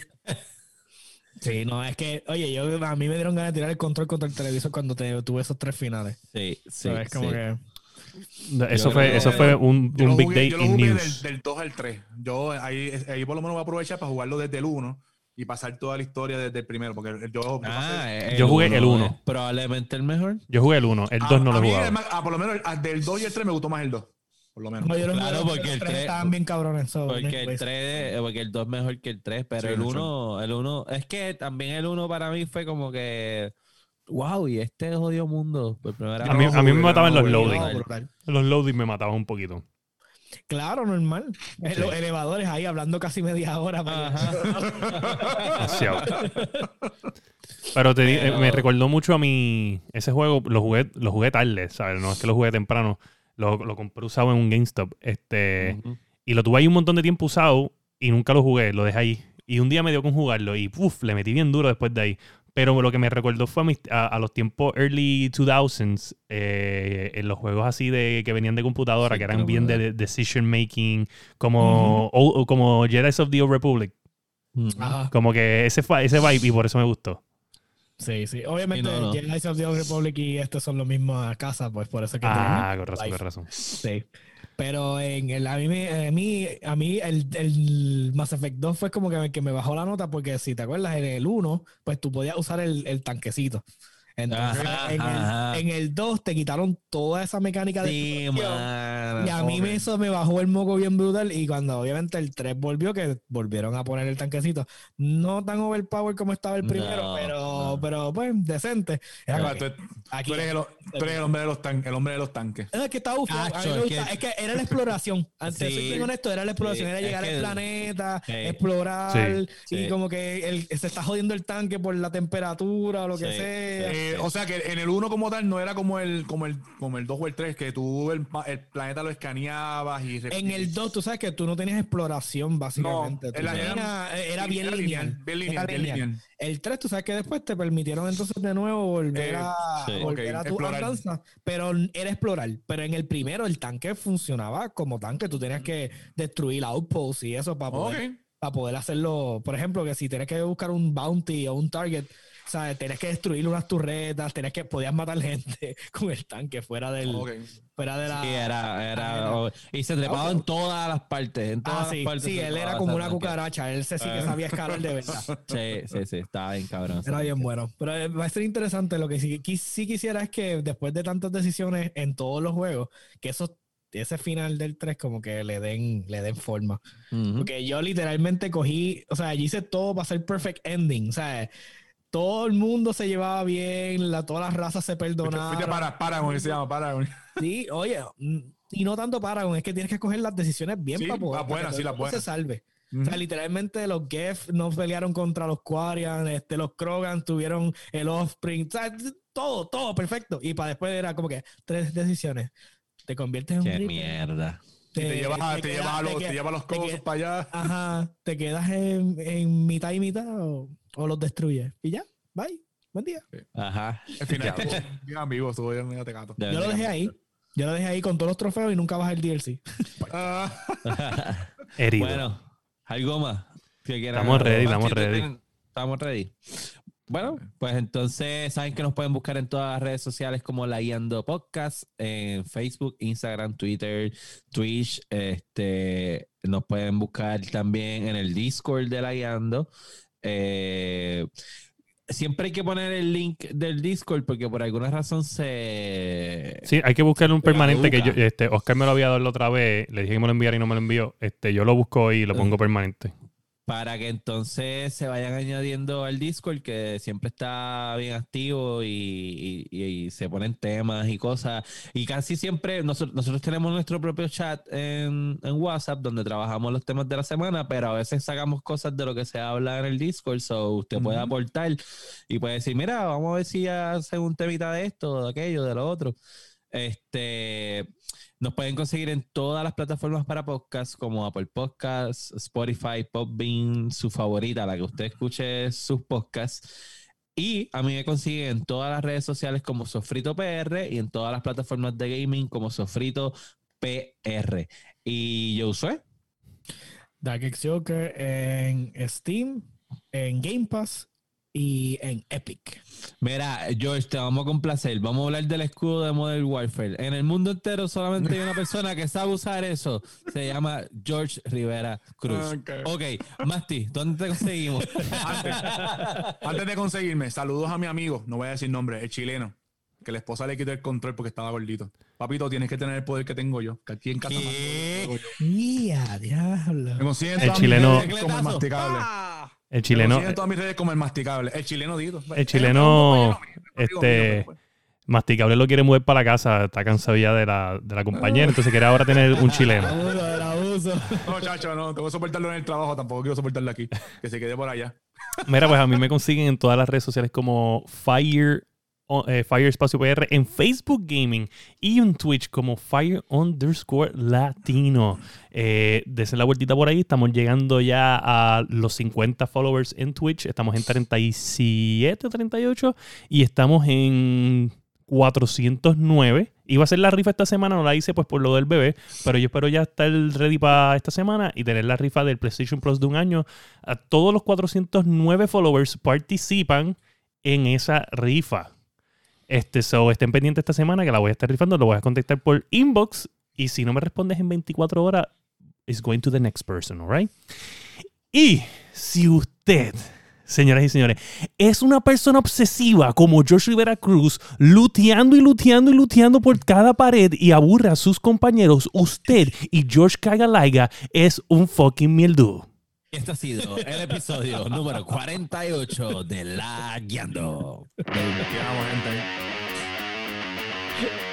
Sí, no, es que, oye, a mí me dieron ganas de tirar el control contra el televisor cuando tuve esos 3 finales. Sí, sí. So, es como sí. que... Eso creo que- fue un Yo lo big jugué, day yo lo in jugué news. del 2 al 3. Yo ahí por lo menos voy a aprovechar para jugarlo desde el 1 y pasar toda la historia desde el primero. Porque yo Yo jugué el uno. es probablemente el mejor. Yo jugué el 1, el 2 no lo a he mí, jugado. por lo menos del 2 y el 3 me gustó más el 2. Por lo menos. No, yo los Claro, jugué, porque el los 3 tres- estaban bien cabrones. So, Porque el anyways. 3, porque el 2 es mejor que el 3, pero Sí, el mucho. 1, es que también el 1 para mí fue como que, wow, y este jodido mundo, por primera A mí no me jugué, mataban no los jugué. loading. No, brutal. Los loading me mataban un poquito. Claro, normal. Los elevadores ahí hablando casi media hora. Demasiado. Pero me recordó mucho a mí. Ese juego lo jugué tarde, ¿sabes? No es que lo jugué temprano. Lo compré usado en un GameStop. Ujú. Y lo tuve ahí un montón de tiempo usado y nunca lo jugué, lo dejé ahí. Y un día me dio con jugarlo y le metí bien duro después de ahí. Pero lo que me recordó fue a los tiempos early 2000s, en los juegos así que venían de computadora, Sí, que eran pero bien bueno. de decision making, como Jedi of the Old Republic. Ujú. Ajá. Como que ese vibe y por eso me gustó. Sí, sí. Obviamente, Sí, no. Jedi of the Old Republic y estos son los mismos a casa, pues por eso es que Con razón, life. con razón. Sí. Pero a mí el Mass Effect 2 fue como que me bajó la nota porque si te acuerdas, en el 1, pues tú podías usar el tanquecito. Entonces, Ajá. en el 2 te quitaron toda esa mecánica de Sí, exploración. man. Y a mí eso me bajó el moco bien brutal. Y cuando obviamente el 3 volvió, que volvieron a poner el tanquecito. No tan overpower como estaba el primero, No. pero pues decente. Era como Tú, que aquí- tú eres el hombre de los tanques. es que estaba ufio. A mí Cacho, me es gusta. que- Es que era la exploración. Antes, Sí. soy bien honesto, era la exploración. Sí, Era es llegar que- al planeta, Sí. explorar. Sí. Y Sí. como que se está jodiendo el tanque por la temperatura o lo que Sí. sea. O sea que en el 1 como tal no era como el 2 o el 3, que tú el planeta lo escaneabas y... En el 2, tú sabes que tú no tenías exploración, básicamente. No, Tú en la- era bien lineal. Bien Era lineal, bien lineal. El 3, tú sabes que después te permitieron entonces de nuevo volver sí. volver Ok, a tu explorar. andanza, pero era explorar. Pero en el primero el tanque funcionaba como tanque. Tú tenías que destruir outposts y eso para poder hacerlo. Por ejemplo, que si tienes que buscar un bounty o un target, ¿sabes? Tienes que destruir unas turretas, podías matar gente con el tanque fuera de la... Sí, era y se trepaba en todas las partes. En todas sí, las partes sí, se él trepaba era como ese una tanque. cucaracha. Él sí que sabía escalar de verdad. Sí, estaba bien cabrón. Era bien bueno. Pero va a ser interesante. Lo que sí quisiera es que después de tantas decisiones en todos los juegos, que ese final del 3 como que le den forma. Ujú. Porque yo literalmente cogí, o sea, yo hice todo para hacer perfect ending. O sea, todo el mundo se llevaba bien, todas las razas se perdonaban. Fuiste para Paragon, que se llama Paragon. Sí, oye, y no tanto Paragon, es que tienes que coger las decisiones bien Sí, para poder las buenas, para que sí, todo las el mundo se buenas. salve. O sea, literalmente los Geth no pelearon contra los Quarian, los Krogan tuvieron el Offspring, o sea, todo perfecto. Y para después era como que 3 decisiones. Te conviertes en un Qué Reaper, mierda. Te llevas a los cosos para allá. Ajá, te quedas en mitad y mitad o los destruyes. Y ya, bye, buen día. Ajá. Al final, bien amigos, estuvo bien medio tecato. Yo lo dejé ahí. Yo lo dejé ahí con todos los trofeos y nunca bajé el DLC. Herido. Bueno, algo más que quieran. Estamos ready. Estamos ready. Bueno, pues entonces saben que nos pueden buscar en todas las redes sociales como La Guiando Podcast, en Facebook, Instagram, Twitter, Twitch. Nos pueden buscar también en el Discord de La Guiando. Siempre hay que poner el link del Discord porque por alguna razón se... Sí, hay que buscar un permanente que caduca. Oscar me lo había dado la otra vez. Le dije que me lo enviara y no me lo envió. Yo lo busco y lo pongo permanente. para que entonces se vayan añadiendo al Discord, que siempre está bien activo y se ponen temas y cosas. Y casi siempre nosotros tenemos nuestro propio chat en WhatsApp donde trabajamos los temas de la semana, pero a veces sacamos cosas de lo que se habla en el Discord, so usted puede aportar y puede decir, mira, vamos a ver si hacen un temita de esto, de aquello, de lo otro. Nos pueden conseguir en todas las plataformas para podcast como Apple Podcasts, Spotify, Podbean, su favorita, la que usted escuche sus podcasts. Y a mí me consiguen en todas las redes sociales como Sofrito PR y en todas las plataformas de gaming como Sofrito PR. Y yo soy Dark X Joker en Steam, en Game Pass y en Epic. Mira, George, te vamos a complacer. Vamos a hablar del escudo de Modern Warfare. En el mundo entero solamente hay una persona que sabe usar eso. Se llama George Rivera Cruz. Ok, Masti, ¿dónde te conseguimos? Antes de conseguirme, saludos a mi amigo, no voy a decir nombre, el chileno, que la esposa le quitó el control porque estaba gordito. Papito, tienes que tener el poder que tengo yo, que aquí en casa tengo yo. ¡Ya, diablo! Me consiguen El todas chileno- mis redes como el masticable. El chileno, Me consiguen todas mis redes como el masticable. El chileno Dito. masticable lo quiere mover para la casa, está cansado ya de la compañera, entonces quiere ahora tener un chileno. No, chacho, no, tengo que soportarlo en el trabajo, tampoco quiero soportarlo aquí, que se quede por allá. Mira, pues a mí me consiguen en todas las redes sociales como Fire Espacio PR, en Facebook Gaming y en Twitch como Fire_Latino. Desen la vueltita por ahí. Estamos llegando ya a los 50 followers en Twitch. Estamos en 37 o 38 y estamos en 409. Iba a ser la rifa esta semana, no la hice pues por lo del bebé, pero yo espero ya estar ready para esta semana y tener la rifa del PlayStation Plus de un año. A todos los 409 followers participan en esa rifa. Estén pendientes esta semana que la voy a estar rifando, lo voy a contactar por inbox y si no me respondes en 24 horas, it's going to the next person, alright? Y si usted, señoras y señores, es una persona obsesiva como George Rivera Cruz, luteando y luteando y luteando por cada pared y aburre a sus compañeros, usted y George Cagalaiga es un fucking mieldu. Este ha sido el episodio número 48 de La Guiando. Te amo, gente.